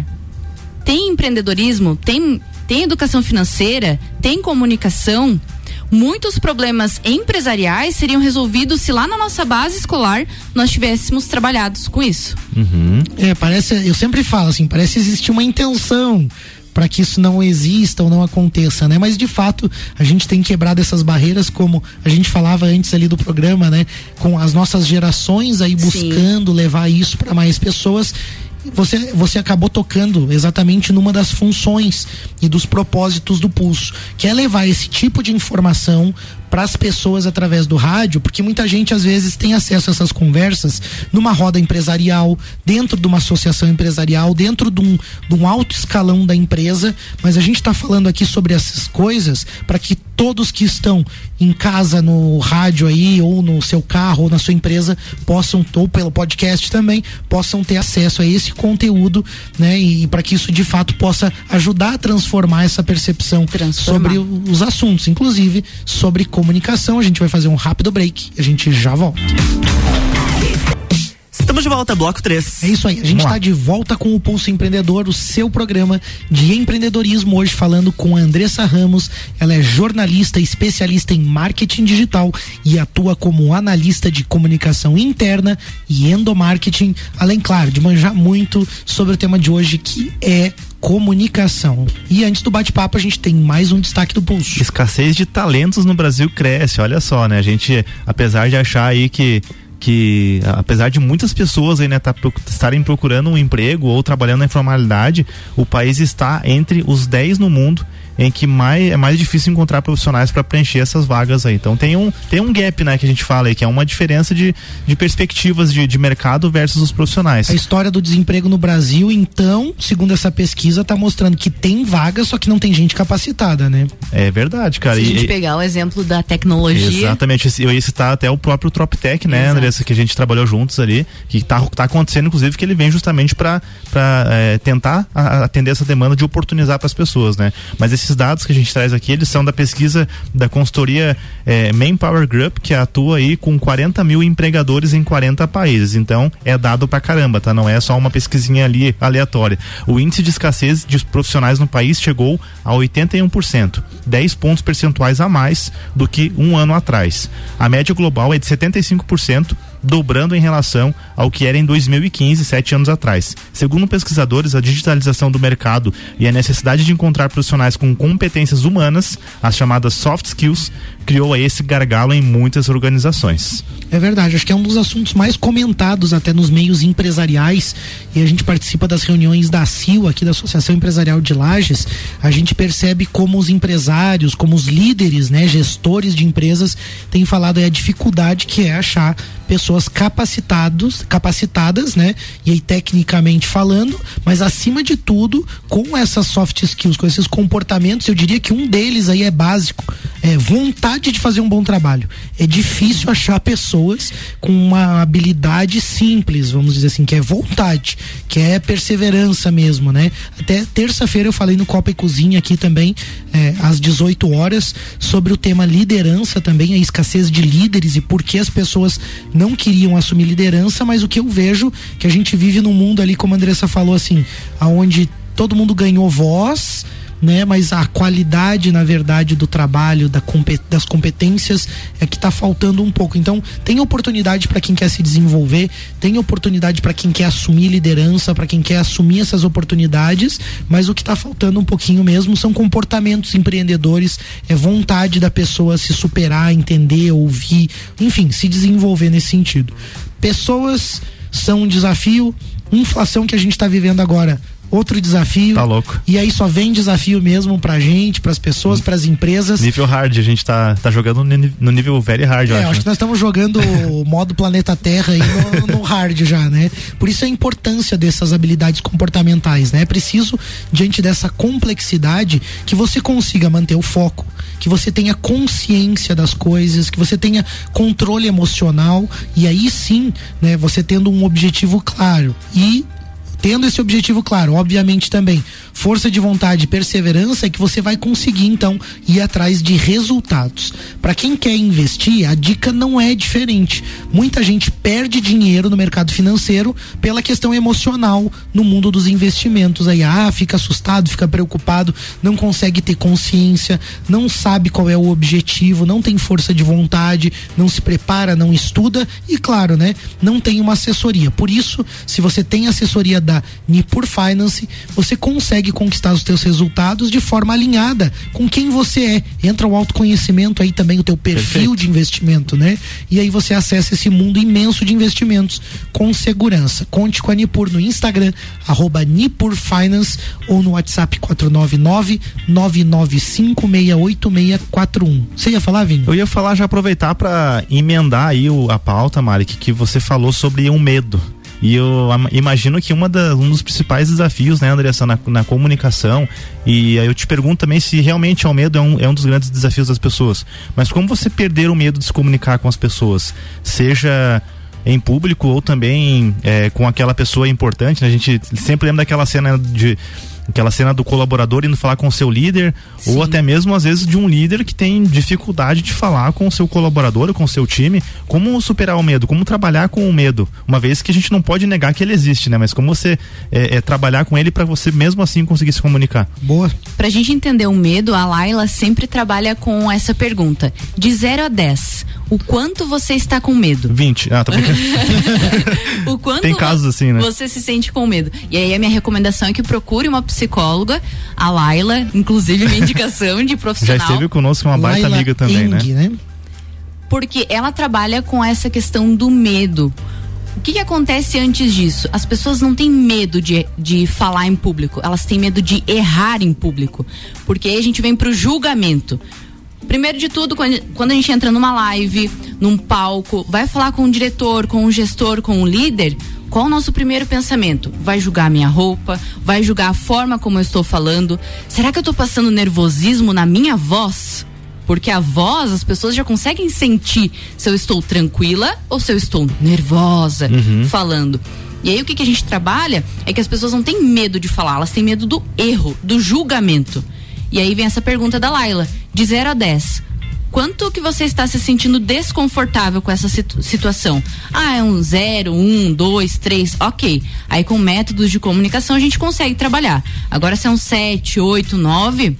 Tem empreendedorismo? Tem... Tem educação financeira, tem comunicação. Muitos problemas empresariais seriam resolvidos se lá na nossa base escolar nós tivéssemos trabalhados com isso. Uhum. É, parece, eu sempre falo assim, parece existir uma intenção para que isso não exista ou não aconteça, né? Mas de fato a gente tem quebrado essas barreiras, como a gente falava antes ali do programa, né? Com as nossas gerações aí buscando Sim. levar isso para mais pessoas. Você, você acabou tocando exatamente numa das funções e dos propósitos do Pulso, que é levar esse tipo de informação para as pessoas através do rádio, porque muita gente às vezes tem acesso a essas conversas numa roda empresarial, dentro de uma associação empresarial, dentro de um, de um alto escalão da empresa, mas a gente está falando aqui sobre essas coisas para que todos que estão em casa, no rádio aí, ou no seu carro, ou na sua empresa, possam, ou pelo podcast também, possam ter acesso a esse conteúdo, né? E, e para que isso de fato possa ajudar a transformar essa percepção transformar. sobre os assuntos, inclusive sobre comunicação. A gente vai fazer um rápido break e a gente já volta. Estamos de volta, bloco três. É isso aí, a gente está de volta com o Pulso Empreendedor, o seu programa de empreendedorismo, hoje falando com a Andressa Ramos. Ela é jornalista, especialista em marketing digital e atua como analista de comunicação interna e endomarketing, além, claro, de manjar muito sobre o tema de hoje, que é comunicação. E antes do bate-papo a gente tem mais um destaque do Pulso. Escassez de talentos no Brasil cresce, olha só, né? A gente, apesar de achar aí que que apesar de muitas pessoas aí, né, tá, estarem procurando um emprego ou trabalhando na informalidade, o país está entre os dez no mundo em que mais, é mais difícil encontrar profissionais para preencher essas vagas aí. Então tem um, tem um gap, né, que a gente fala aí, que é uma diferença de, de perspectivas de, de mercado versus os profissionais. A história do desemprego no Brasil, então, segundo essa pesquisa, tá mostrando que tem vagas, só que não tem gente capacitada, né? É verdade, cara. Se e, a gente pegar o exemplo da tecnologia. Exatamente, eu ia citar até o próprio Troptec, né, Andressa, que a gente trabalhou juntos ali, que tá, tá acontecendo, inclusive, que ele vem justamente para é, tentar a, atender essa demanda de oportunizar para as pessoas, né? Mas esse esses dados que a gente traz aqui, eles são da pesquisa da consultoria é, Manpower Group, que atua aí com quarenta mil empregadores em quarenta países. Então, é dado pra caramba, tá? Não é só uma pesquisinha ali aleatória. O índice de escassez de profissionais no país chegou a oitenta e um por cento, dez pontos percentuais a mais do que um ano atrás. A média global é de setenta e cinco por cento, dobrando em relação ao que era em dois mil e quinze, sete anos atrás. Segundo pesquisadores, a digitalização do mercado e a necessidade de encontrar profissionais com competências humanas, as chamadas soft skills, criou esse gargalo em muitas organizações. É verdade, acho que é um dos assuntos mais comentados até nos meios empresariais, e a gente participa das reuniões da C I L, aqui da Associação Empresarial de Lages. A gente percebe como os empresários, como os líderes, né, gestores de empresas têm falado aí a dificuldade que é achar pessoas capacitados, capacitadas, né, e aí tecnicamente falando, mas acima de tudo com essas soft skills, com esses comportamentos. Eu diria que um deles aí é básico, é vontade de fazer um bom trabalho. É difícil achar pessoas com uma habilidade simples, vamos dizer assim, que é vontade, que é perseverança mesmo, né? Até terça-feira eu falei no Copa e Cozinha aqui também, é, às dezoito horas, sobre o tema liderança também, a escassez de líderes e por que as pessoas não queriam assumir liderança, mas o que eu vejo que a gente vive num mundo ali, como a Andressa falou, assim, aonde todo mundo ganhou voz, né? Mas a qualidade, na verdade, do trabalho, da compet- das competências é que tá faltando um pouco. Então, tem oportunidade para quem quer se desenvolver, tem oportunidade para quem quer assumir liderança, para quem quer assumir essas oportunidades, mas o que tá faltando um pouquinho mesmo são comportamentos empreendedores, é vontade da pessoa se superar, entender, ouvir, enfim, se desenvolver nesse sentido. Pessoas são um desafio, inflação que a gente tá vivendo agora, outro desafio. Tá louco. E aí só vem desafio mesmo pra gente, pras pessoas, pras empresas. Nível hard, a gente tá, tá jogando no nível very hard, é, eu acho. acho né? que nós estamos jogando o modo planeta Terra aí no, no hard já, né? Por isso a importância dessas habilidades comportamentais, né? É preciso, diante dessa complexidade, que você consiga manter o foco, que você tenha consciência das coisas, que você tenha controle emocional, e aí sim, né, você tendo um objetivo claro e tendo esse objetivo claro, obviamente também força de vontade e perseverança, é que você vai conseguir então ir atrás de resultados. Para quem quer investir, a dica não é diferente. Muita gente perde dinheiro no mercado financeiro pela questão emocional no mundo dos investimentos. Aí, ah, fica assustado, fica preocupado, não consegue ter consciência, não sabe qual é o objetivo, não tem força de vontade, não se prepara, não estuda e, claro, né, não tem uma assessoria. Por isso, se você tem assessoria da Nipur Finance, você consegue conquistar os teus resultados de forma alinhada com quem você é. Entra o autoconhecimento aí também, o teu perfil Perfeito. De investimento, né? E aí você acessa esse mundo imenso de investimentos com segurança. Conte com a Nipur no Instagram, arroba Nipur Finance, ou no WhatsApp quatro nove nove, nove nove cinco, seis oito seis quatro um. Você ia falar, Vini? Eu ia falar, já aproveitar para emendar aí o, a pauta, Mari, que, que você falou sobre o medo. E eu imagino que uma da, um dos principais desafios, né, Andressa, na, na comunicação, e aí eu te pergunto também se realmente é o medo é um, é um dos grandes desafios das pessoas, mas como você perder o medo de se comunicar com as pessoas, seja em público ou também é, com aquela pessoa importante, né? A gente sempre lembra daquela cena de aquela cena do colaborador indo falar com o seu líder, Sim. ou até mesmo às vezes de um líder que tem dificuldade de falar com o seu colaborador, com o seu time. Como superar o medo, como trabalhar com o medo, uma vez que a gente não pode negar que ele existe, né? Mas como você é, é, trabalhar com ele para você mesmo assim conseguir se comunicar. Boa. Pra gente entender o medo, a Laila sempre trabalha com essa pergunta: de zero a dez, o quanto você está com medo? vinte. Ah, tá bom. O quanto tem casos assim, né? Você se sente com medo. E aí a minha recomendação é que procure uma psicóloga, a Laila, inclusive minha indicação de profissional. Já esteve conosco, uma baita Laila amiga também, Eng, né? né? Porque ela trabalha com essa questão do medo. O que que acontece antes disso? As pessoas não têm medo de, de falar em público, elas têm medo de errar em público, porque aí a gente vem pro julgamento. Primeiro de tudo, quando, quando a gente entra numa live, num palco, vai falar com o diretor, com o gestor, com o líder, qual o nosso primeiro pensamento? Vai julgar a minha roupa? Vai julgar a forma como eu estou falando? Será que eu estou passando nervosismo na minha voz? Porque a voz, as pessoas já conseguem sentir se eu estou tranquila ou se eu estou nervosa uhum. falando. E aí o que, que a gente trabalha é que as pessoas não têm medo de falar, elas têm medo do erro, do julgamento. E aí vem essa pergunta da Laila, de zero a dez. Quanto que você está se sentindo desconfortável com essa situ- situação? Ah, é um zero, um, dois, três, ok. Aí com métodos de comunicação a gente consegue trabalhar. Agora se é um sete, oito, nove,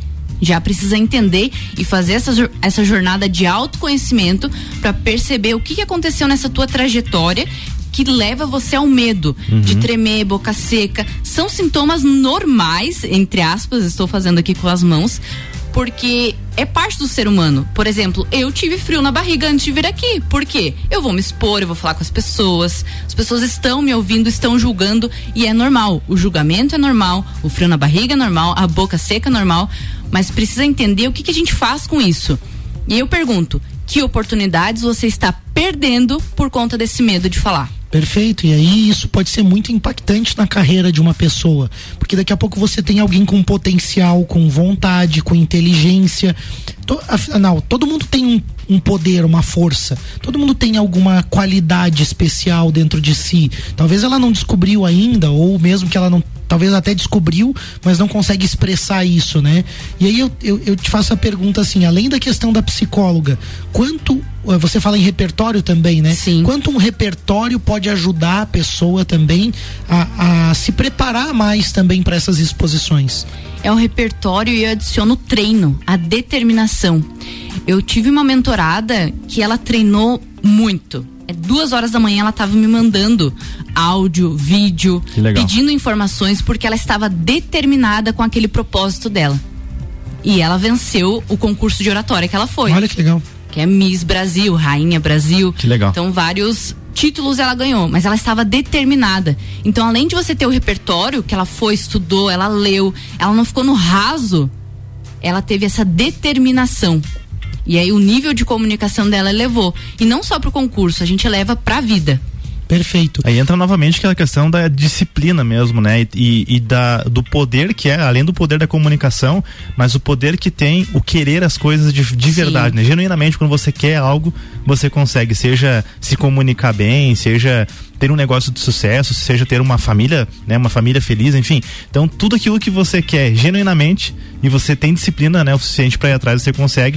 já precisa entender e fazer essa, essa jornada de autoconhecimento para perceber o que, que aconteceu nessa tua trajetória que leva você ao medo, uhum, de tremer, boca seca. São sintomas normais, entre aspas, estou fazendo aqui com as mãos, porque é parte do ser humano. Por exemplo, eu tive frio na barriga antes de vir aqui. Por quê? Eu vou me expor, eu vou falar com as pessoas, as pessoas estão me ouvindo, estão julgando, e é normal. O julgamento é normal, o frio na barriga é normal, a boca seca é normal, mas precisa entender o que, que a gente faz com isso. E eu pergunto, que oportunidades você está perdendo por conta desse medo de falar? Perfeito, e aí isso pode ser muito impactante na carreira de uma pessoa, porque daqui a pouco você tem alguém com potencial, com vontade, com inteligência. To, afinal, todo mundo tem um, um poder, uma força, todo mundo tem alguma qualidade especial dentro de si. Talvez ela não descobriu ainda, ou mesmo que ela não, talvez até descobriu, mas não consegue expressar isso, né? E aí eu, eu, eu te faço a pergunta assim, além da questão da psicóloga, quanto, você fala em repertório também, né? Sim. Quanto um repertório pode ajudar a pessoa também a, a se preparar mais também para essas exposições? É o repertório e eu adiciono o treino, a determinação. Eu tive uma mentorada que ela treinou muito. É duas horas da manhã ela estava me mandando áudio, vídeo, pedindo informações, porque ela estava determinada com aquele propósito dela. E ela venceu o concurso de oratória que ela foi. Olha que legal. Que é Miss Brasil, Rainha Brasil. Que legal. Então vários títulos ela ganhou, mas ela estava determinada. Então além de você ter o repertório, que ela foi, estudou, ela leu, ela não ficou no raso, ela teve essa determinação. E aí o nível de comunicação dela elevou. E não só pro concurso, a gente leva pra vida. Perfeito. Aí entra novamente aquela questão da disciplina mesmo, né? E, e da, do poder que é, além do poder da comunicação, mas o poder que tem o querer as coisas de, de verdade, né? Genuinamente, quando você quer algo, você consegue, seja se comunicar bem, seja ter um negócio de sucesso, seja ter uma família, né? Uma família feliz, enfim. Então, tudo aquilo que você quer genuinamente e você tem disciplina, né? O suficiente para ir atrás, você consegue.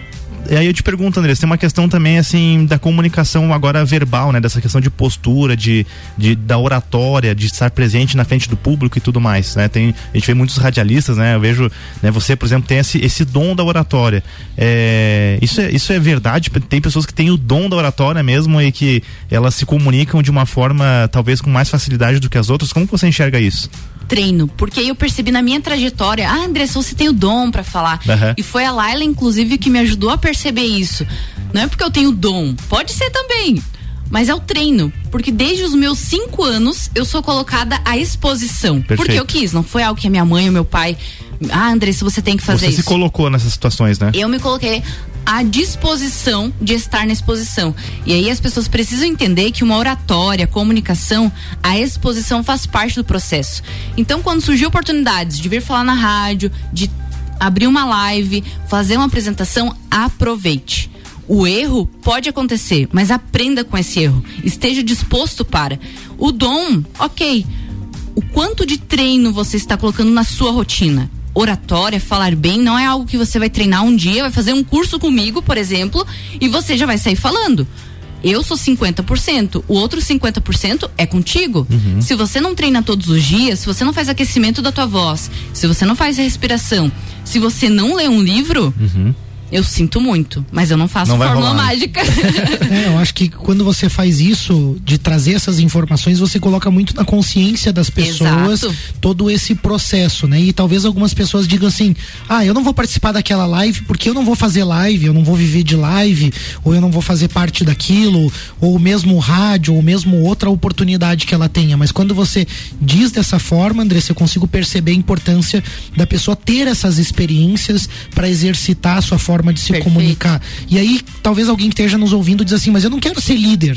E aí eu te pergunto, André, tem uma questão também assim da comunicação agora verbal, né? Dessa questão de postura, de, de da oratória, de estar presente na frente do público e tudo mais, né? Tem, a gente vê muitos radialistas, né? Eu vejo, né? Você, por exemplo, tem esse, esse dom da oratória. É, isso, é, isso é verdade? Tem pessoas que têm o dom da oratória mesmo e que elas se comunicam de uma forma talvez com mais facilidade do que as outras. Como que você enxerga isso? Treino, porque aí eu percebi na minha trajetória, ah, Andressa, você tem o dom pra falar, uhum. E foi a Laila, inclusive, que me ajudou a perceber isso. Não é porque eu tenho dom, pode ser também, mas é o treino, porque desde os meus cinco anos eu sou colocada à exposição. Perfeito. Porque eu quis, não foi algo que a minha mãe ou meu pai, ah, Andressa, você tem que fazer você isso. Você se colocou nessas situações, né? Eu me coloquei à disposição de estar na exposição. E aí as pessoas precisam entender que uma oratória, comunicação, a exposição faz parte do processo. Então, quando surgiu oportunidades de vir falar na rádio, de abrir uma live, fazer uma apresentação, aproveite. O erro pode acontecer, mas aprenda com esse erro. Esteja disposto para. O dom, ok. O quanto de treino você está colocando na sua rotina? Oratória, falar bem, não é algo que você vai treinar um dia, vai fazer um curso comigo, por exemplo, e você já vai sair falando. Eu sou cinquenta por cento, o outro cinquenta por cento é contigo. Uhum. Se você não treina todos os dias, se você não faz aquecimento da tua voz, se você não faz a respiração, se você não lê um livro, uhum. Eu sinto muito, mas eu não faço não fórmula mágica. É, eu acho que quando você faz isso, de trazer essas informações, você coloca muito na consciência das pessoas. Exato. Todo esse processo, né? E talvez algumas pessoas digam assim, ah, eu não vou participar daquela live porque eu não vou fazer live, eu não vou viver de live, ou eu não vou fazer parte daquilo, ou mesmo rádio, ou mesmo outra oportunidade que ela tenha. Mas quando você diz dessa forma, Andressa, eu consigo perceber a importância da pessoa ter essas experiências para exercitar a sua forma de se Perfeito. Comunicar. E aí, talvez alguém que esteja nos ouvindo diz assim, mas eu não quero ser líder.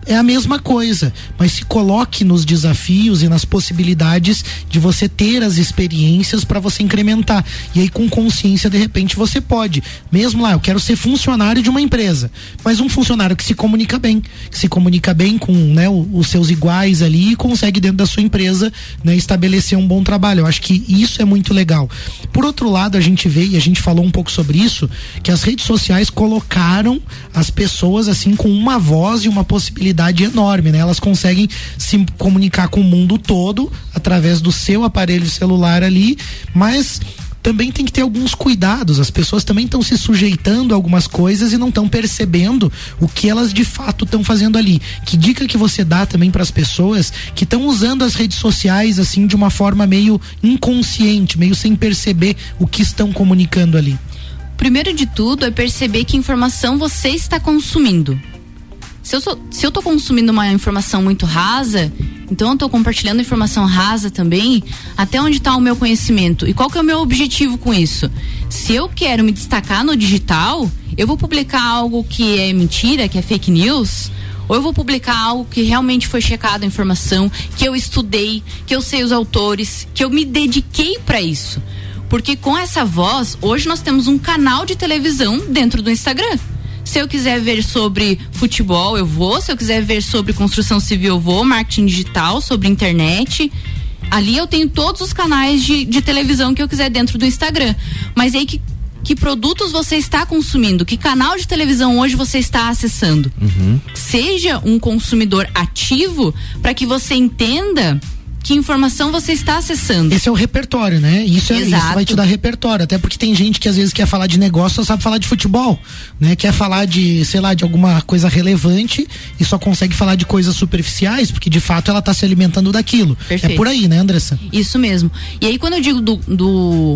é a mesma coisa, mas se coloque nos desafios e nas possibilidades de você ter as experiências para você incrementar. E aí, com consciência, de repente você pode, mesmo lá, eu quero ser funcionário de uma empresa, mas um funcionário que se comunica bem, que se comunica bem com, né, os seus iguais ali e consegue dentro da sua empresa, né, estabelecer um bom trabalho. Eu acho que isso é muito legal. Por outro lado, a gente vê, e a gente falou um pouco sobre isso, que as redes sociais colocaram as pessoas assim com uma voz e uma possibilidade enorme, né? Elas conseguem se comunicar com o mundo todo através do seu aparelho celular ali, mas também tem que ter alguns cuidados. As pessoas também estão se sujeitando a algumas coisas e não estão percebendo o que elas de fato estão fazendo ali. Que dica que você dá também para as pessoas que estão usando as redes sociais assim de uma forma meio inconsciente, meio sem perceber o que estão comunicando ali? Primeiro de tudo é perceber que informação você está consumindo. Se eu, sou, se eu tô consumindo uma informação muito rasa, então eu tô compartilhando informação rasa também, até onde está o meu conhecimento? E qual que é o meu objetivo com isso? Se eu quero me destacar no digital, eu vou publicar algo que é mentira, que é fake news, ou eu vou publicar algo que realmente foi checado a informação, que eu estudei, que eu sei os autores, que eu me dediquei para isso. Porque com essa voz, hoje nós temos um canal de televisão dentro do Instagram. Se eu quiser ver sobre futebol, eu vou. Se eu quiser ver sobre construção civil, eu vou. Marketing digital, sobre internet. Ali eu tenho todos os canais de, de televisão que eu quiser dentro do Instagram. Mas aí, que, que produtos você está consumindo? Que canal de televisão hoje você está acessando? Uhum. Seja um consumidor ativo para que você entenda que informação você está acessando. Esse é o repertório, né? Isso, é, isso vai te dar repertório, até porque tem gente que às vezes quer falar de negócio, só sabe falar de futebol, né? Quer falar de, sei lá, de alguma coisa relevante e só consegue falar de coisas superficiais, porque de fato ela está se alimentando daquilo. Perfeito. É por aí, né, Andressa? Isso mesmo. E aí quando eu digo do, do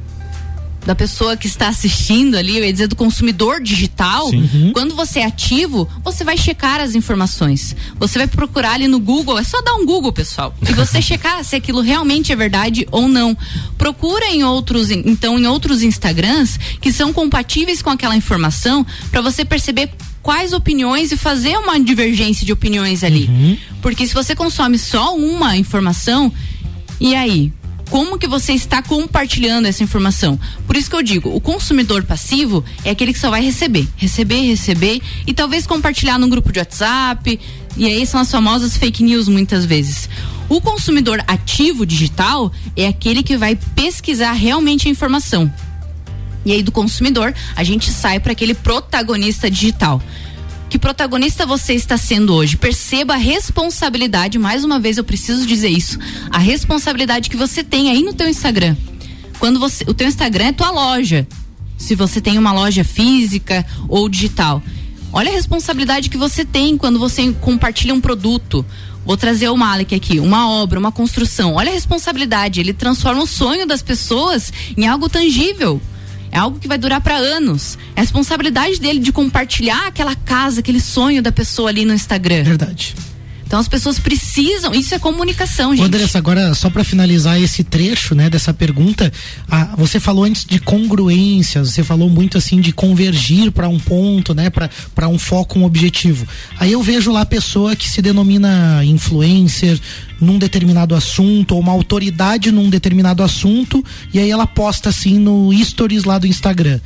da pessoa que está assistindo ali, eu ia dizer do consumidor digital, uhum. Quando você é ativo, você vai checar as informações. Você vai procurar ali no Google, é só dar um Google, pessoal, e você checar se aquilo realmente é verdade ou não. Procura em outros, então, em outros Instagrams que são compatíveis com aquela informação, para você perceber quais opiniões e fazer uma divergência de opiniões ali. Uhum. Porque se você consome só uma informação, e aí? Como que você está compartilhando essa informação? Por isso que eu digo, o consumidor passivo é aquele que só vai receber, receber, receber e talvez compartilhar num grupo de WhatsApp, e aí são as famosas fake news muitas vezes. O consumidor ativo digital é aquele que vai pesquisar realmente a informação. E aí do consumidor, a gente sai para aquele protagonista digital. Que protagonista você está sendo hoje? Perceba a responsabilidade, mais uma vez eu preciso dizer isso, a responsabilidade que você tem aí no teu Instagram. Quando você, o teu Instagram é tua loja, se você tem uma loja física ou digital, olha a responsabilidade que você tem quando você compartilha um produto. Vou trazer o Malik aqui, uma obra, uma construção, olha a responsabilidade, ele transforma o sonho das pessoas em algo tangível. É algo que vai durar para anos. É a responsabilidade dele de compartilhar aquela casa, aquele sonho da pessoa ali no Instagram. Verdade. Então as pessoas precisam, isso é comunicação, gente. Andressa, agora só para finalizar esse trecho, né, dessa pergunta, ah, você falou antes de congruências, você falou muito assim de convergir para um ponto, né, para para um foco, um objetivo. Aí eu vejo lá a pessoa que se denomina influencer num determinado assunto, ou uma autoridade num determinado assunto, e aí ela posta assim no stories lá do Instagram.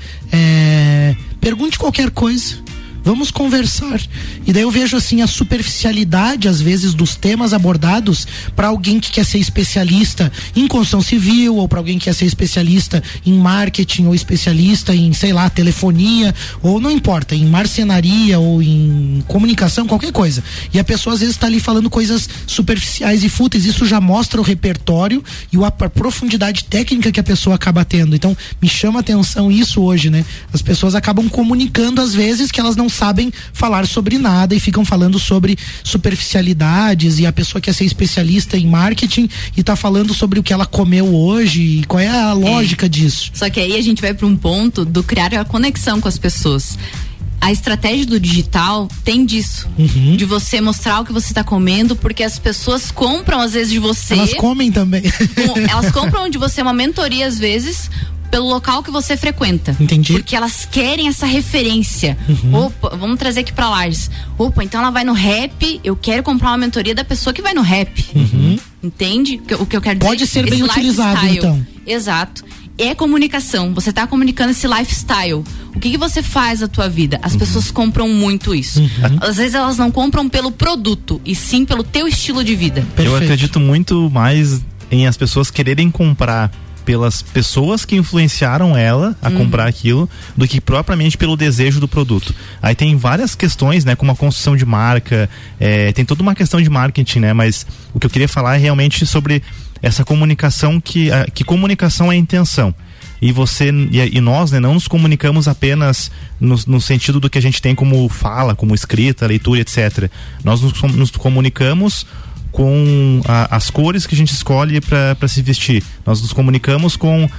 É, pergunte qualquer coisa. Vamos conversar. E daí eu vejo assim a superficialidade às vezes dos temas abordados para alguém que quer ser especialista em construção civil, ou para alguém que quer ser especialista em marketing, ou especialista em, sei lá, telefonia, ou não importa, em marcenaria ou em comunicação, qualquer coisa. E a pessoa às vezes está ali falando coisas superficiais e fúteis. Isso já mostra o repertório e a profundidade técnica que a pessoa acaba tendo. Então me chama a atenção isso hoje, né? As pessoas acabam comunicando às vezes que elas não sabem falar sobre nada e ficam falando sobre superficialidades, e a pessoa quer ser especialista em marketing e tá falando sobre o que ela comeu hoje, e qual é a lógica é. disso. Só que aí a gente vai para um ponto do criar a conexão com as pessoas. A estratégia do digital tem disso, uhum. de você mostrar o que você está comendo, porque as pessoas compram às vezes de você. Elas comem também. Um, elas compram de você uma mentoria às vezes, pelo local que você frequenta. Entendi. Porque elas querem essa referência. Uhum. Opa, vamos trazer aqui pra Lages. Opa, então ela vai no rap, eu quero comprar uma mentoria da pessoa que vai no rap. Uhum. Entende? O que eu quero dizer? Pode ser bem utilizado, lifestyle. então. Exato. É comunicação, você tá comunicando esse lifestyle. O que que você faz na tua vida? As uhum. pessoas compram muito isso. Uhum. Às vezes elas não compram pelo produto, e sim pelo teu estilo de vida. Perfeito. Eu acredito muito mais em as pessoas quererem comprar pelas pessoas que influenciaram ela a uhum. comprar aquilo, do que propriamente pelo desejo do produto. Aí tem várias questões, né, como a construção de marca, é, tem toda uma questão de marketing, né, mas o que eu queria falar é realmente sobre essa comunicação, que, a, que comunicação é a intenção. E você e, e nós, né, não nos comunicamos apenas no, no sentido do que a gente tem como fala, como escrita, leitura, etcétera. Nós nos, nos comunicamos com a, as cores que a gente escolhe para se vestir. Nós nos comunicamos com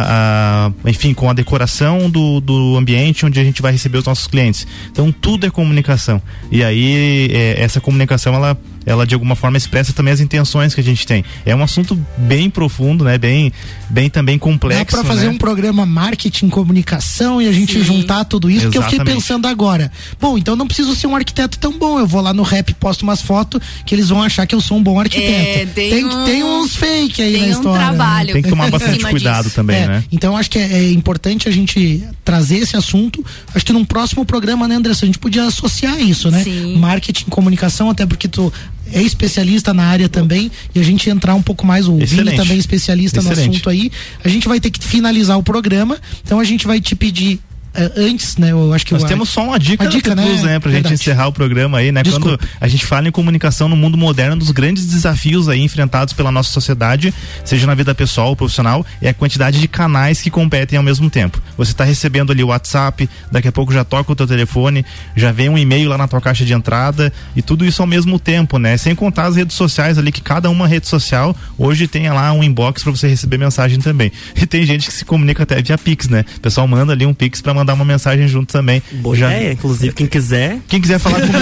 a, a, enfim, com a decoração do, do ambiente onde a gente vai receber os nossos clientes. Então tudo é comunicação. E aí é, essa comunicação ela ela de alguma forma expressa também as intenções que a gente tem. É um assunto bem profundo, né? Bem, bem também complexo. Dá pra fazer, né, um programa marketing, comunicação e a gente Sim. juntar tudo isso. Exatamente. Porque eu fiquei pensando agora, bom, então não preciso ser um arquiteto tão bom, eu vou lá no rap, posto umas fotos que eles vão achar que eu sou um bom arquiteto. É, tem, tem, um, tem uns fake aí tem na um história. Trabalho, né? Tem que tomar bastante cuidado disso. também, é, né? Então acho que é, é importante a gente trazer esse assunto. Acho que num próximo programa, né, Andressa, a gente podia associar isso, né? Sim. Marketing, comunicação, até porque tu é especialista na área também, e a gente entrar um pouco mais, o Excelente. Vini também especialista Excelente. no assunto aí. A gente vai ter que finalizar o programa, então a gente vai te pedir Uh, antes, né, eu acho que nós o, temos só uma dica, uma dica, T Plus, né, né, pra Verdade. gente encerrar o programa aí, né? Desculpa. Quando a gente fala em comunicação no mundo moderno, um dos grandes desafios aí enfrentados pela nossa sociedade, seja na vida pessoal ou profissional, é a quantidade de canais que competem ao mesmo tempo. Você está recebendo ali o WhatsApp, daqui a pouco já toca o teu telefone, já vem um e-mail lá na tua caixa de entrada, e tudo isso ao mesmo tempo, né? Sem contar as redes sociais ali, que cada uma rede social hoje tem lá um inbox para você receber mensagem também. E tem gente que se comunica até via Pix, né? O pessoal manda ali um Pix para mandar uma mensagem junto também. Boa Já... ideia, inclusive quem quiser. Quem quiser falar comigo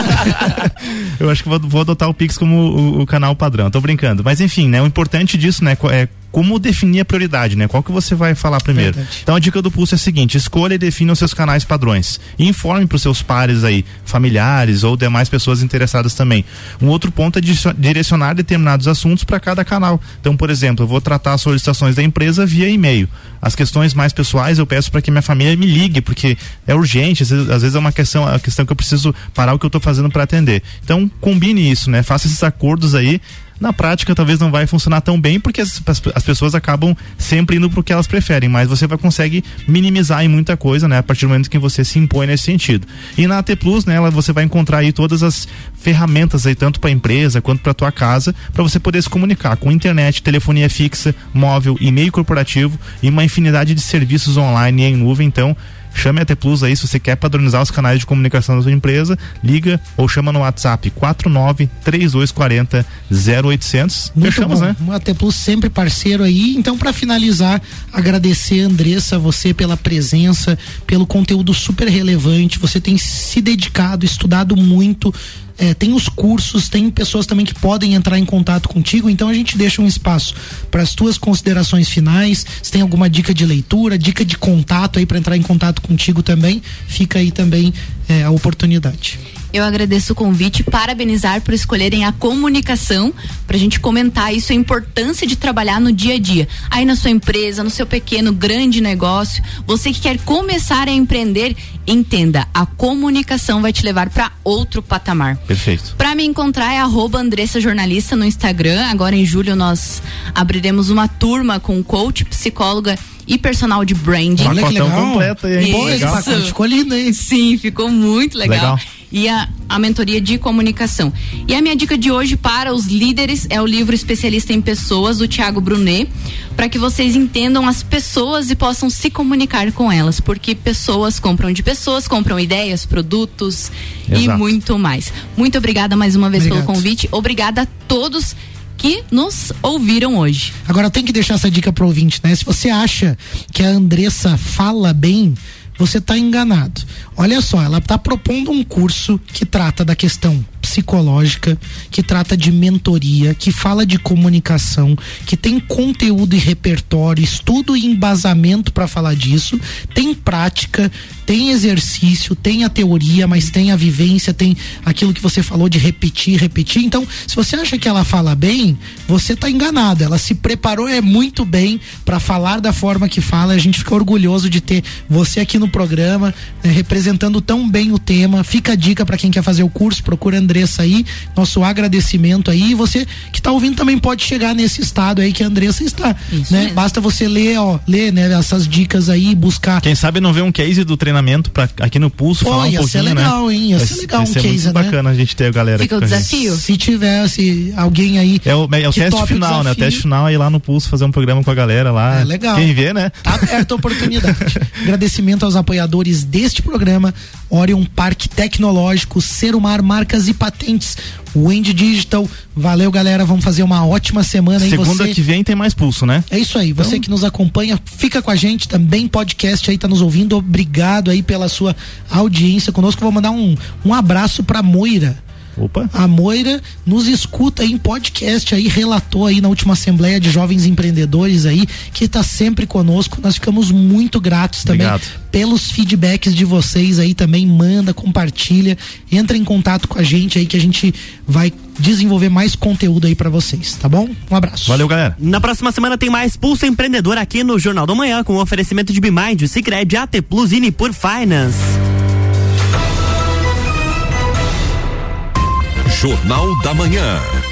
aí. Eu acho que vou, vou adotar o Pix como o, o canal padrão. Tô brincando. Mas enfim, né? O importante disso, né? É como definir a prioridade, né? Qual que você vai falar primeiro? Verdade. Então a dica do Pulso é a seguinte: escolha e defina os seus canais padrões. E informe para os seus pares aí, familiares ou demais pessoas interessadas também. Um outro ponto é direcionar determinados assuntos para cada canal. Então, por exemplo, eu vou tratar as solicitações da empresa via e-mail. As questões mais pessoais eu peço para que minha família me ligue, porque é urgente, às vezes, às vezes é uma questão, a questão que eu preciso parar o que eu estou fazendo para atender. Então, combine isso, né? Faça esses acordos aí. Na prática talvez não vai funcionar tão bem, porque as, as, as pessoas acabam sempre indo pro que elas preferem, mas você vai conseguir minimizar em muita coisa, né? A partir do momento que você se impõe nesse sentido. E na A T Plus, né, ela, você vai encontrar aí todas as ferramentas aí, tanto para a empresa quanto para tua casa, para você poder se comunicar com internet, telefonia fixa, móvel, e-mail corporativo e uma infinidade de serviços online e em nuvem. Então, chame a T Plus aí, se você quer padronizar os canais de comunicação da sua empresa, liga ou chama no WhatsApp quatro nove três dois quatro zero zero oitocentos. Muito Fechamos, bom. né? A T Plus sempre parceiro aí. Então, para finalizar, agradecer, Andressa, você pela presença, pelo conteúdo super relevante. Você tem se dedicado, estudado muito. É, tem os cursos, tem pessoas também que podem entrar em contato contigo, então a gente deixa um espaço para as tuas considerações finais. Se tem alguma dica de leitura, dica de contato aí para entrar em contato contigo também, fica aí também é, a oportunidade. Eu agradeço o convite, parabenizar por escolherem a comunicação, pra gente comentar isso, a importância de trabalhar no dia a dia. Aí na sua empresa, no seu pequeno, grande negócio, você que quer começar a empreender, entenda, a comunicação vai te levar para outro patamar. Perfeito. Pra me encontrar é arroba Andressa Jornalista no Instagram. Agora em julho nós abriremos uma turma com coach, psicóloga e personal de branding. Olha que legal. Completo, hein? Pô, esse pacote ficou lindo, hein? Sim, ficou muito legal. Legal. E a, a mentoria de comunicação. E a minha dica de hoje para os líderes é o livro Especialista em Pessoas, do Thiago Brunet, para que vocês entendam as pessoas e possam se comunicar com elas, porque pessoas compram de pessoas, compram ideias, produtos Exato. E muito mais. Muito obrigada mais uma vez Obrigado. pelo convite. Obrigada a todos que nos ouviram hoje. Agora tem que deixar essa dica pro ouvinte, né? Se você acha que a Andressa fala bem, você tá enganado. Olha só, ela tá propondo um curso que trata da questão psicológica, que trata de mentoria, que fala de comunicação, que tem conteúdo e repertório, estudo e embasamento para falar disso, tem prática, tem exercício, tem a teoria, mas tem a vivência, tem aquilo que você falou de repetir, repetir. Então, se você acha que ela fala bem, você tá enganado. Ela se preparou é muito bem para falar da forma que fala. A gente fica orgulhoso de ter você aqui no programa, né, representando tão bem o tema. Fica a dica para quem quer fazer o curso, procura a Andressa aí, nosso agradecimento aí. E você que tá ouvindo também pode chegar nesse estado aí que a Andressa está, Isso né? mesmo. Basta você ler, ó, ler, né, essas dicas aí, buscar. Quem sabe não vê um case do treinamento pra, aqui no Pulso, Pô, falar um ia pouquinho, ser legal, né? hein? Ia Vai- ser legal vai um ser case, muito né? bacana a gente ter a galera Fica aqui o com a gente. desafio. Se tivesse alguém aí. É o, é o que teste tope o final, né? O desafio. teste final aí lá no Pulso, fazer um programa com a galera lá. É legal. Quem vê, né? Tá aberta a oportunidade. Agradecimento aos apoiadores deste programa: Orion Parque Tecnológico, Serumar Marcas e Patentes, Wendy Digital. Valeu, galera. Vamos fazer uma ótima semana aí. Segunda Você... que vem tem mais Pulso, né? É isso aí. Você Então- que nos acompanha, fica com a gente também. Podcast aí, tá nos ouvindo. Obrigado aí pela sua audiência conosco. Vou mandar um, um abraço pra Moira. Opa. A Moira nos escuta aí em podcast aí, relatou aí na última Assembleia de Jovens Empreendedores aí, que está sempre conosco. Nós ficamos muito gratos também Obrigado. pelos feedbacks de vocês aí também. Manda, compartilha, entra em contato com a gente aí que a gente vai desenvolver mais conteúdo aí pra vocês, tá bom? Um abraço. Valeu, galera. Na próxima semana tem mais Pulso Empreendedor aqui no Jornal da Manhã, com o oferecimento de Bimind, Sicredi, A T Plus e Nipur Finance. Jornal da Manhã.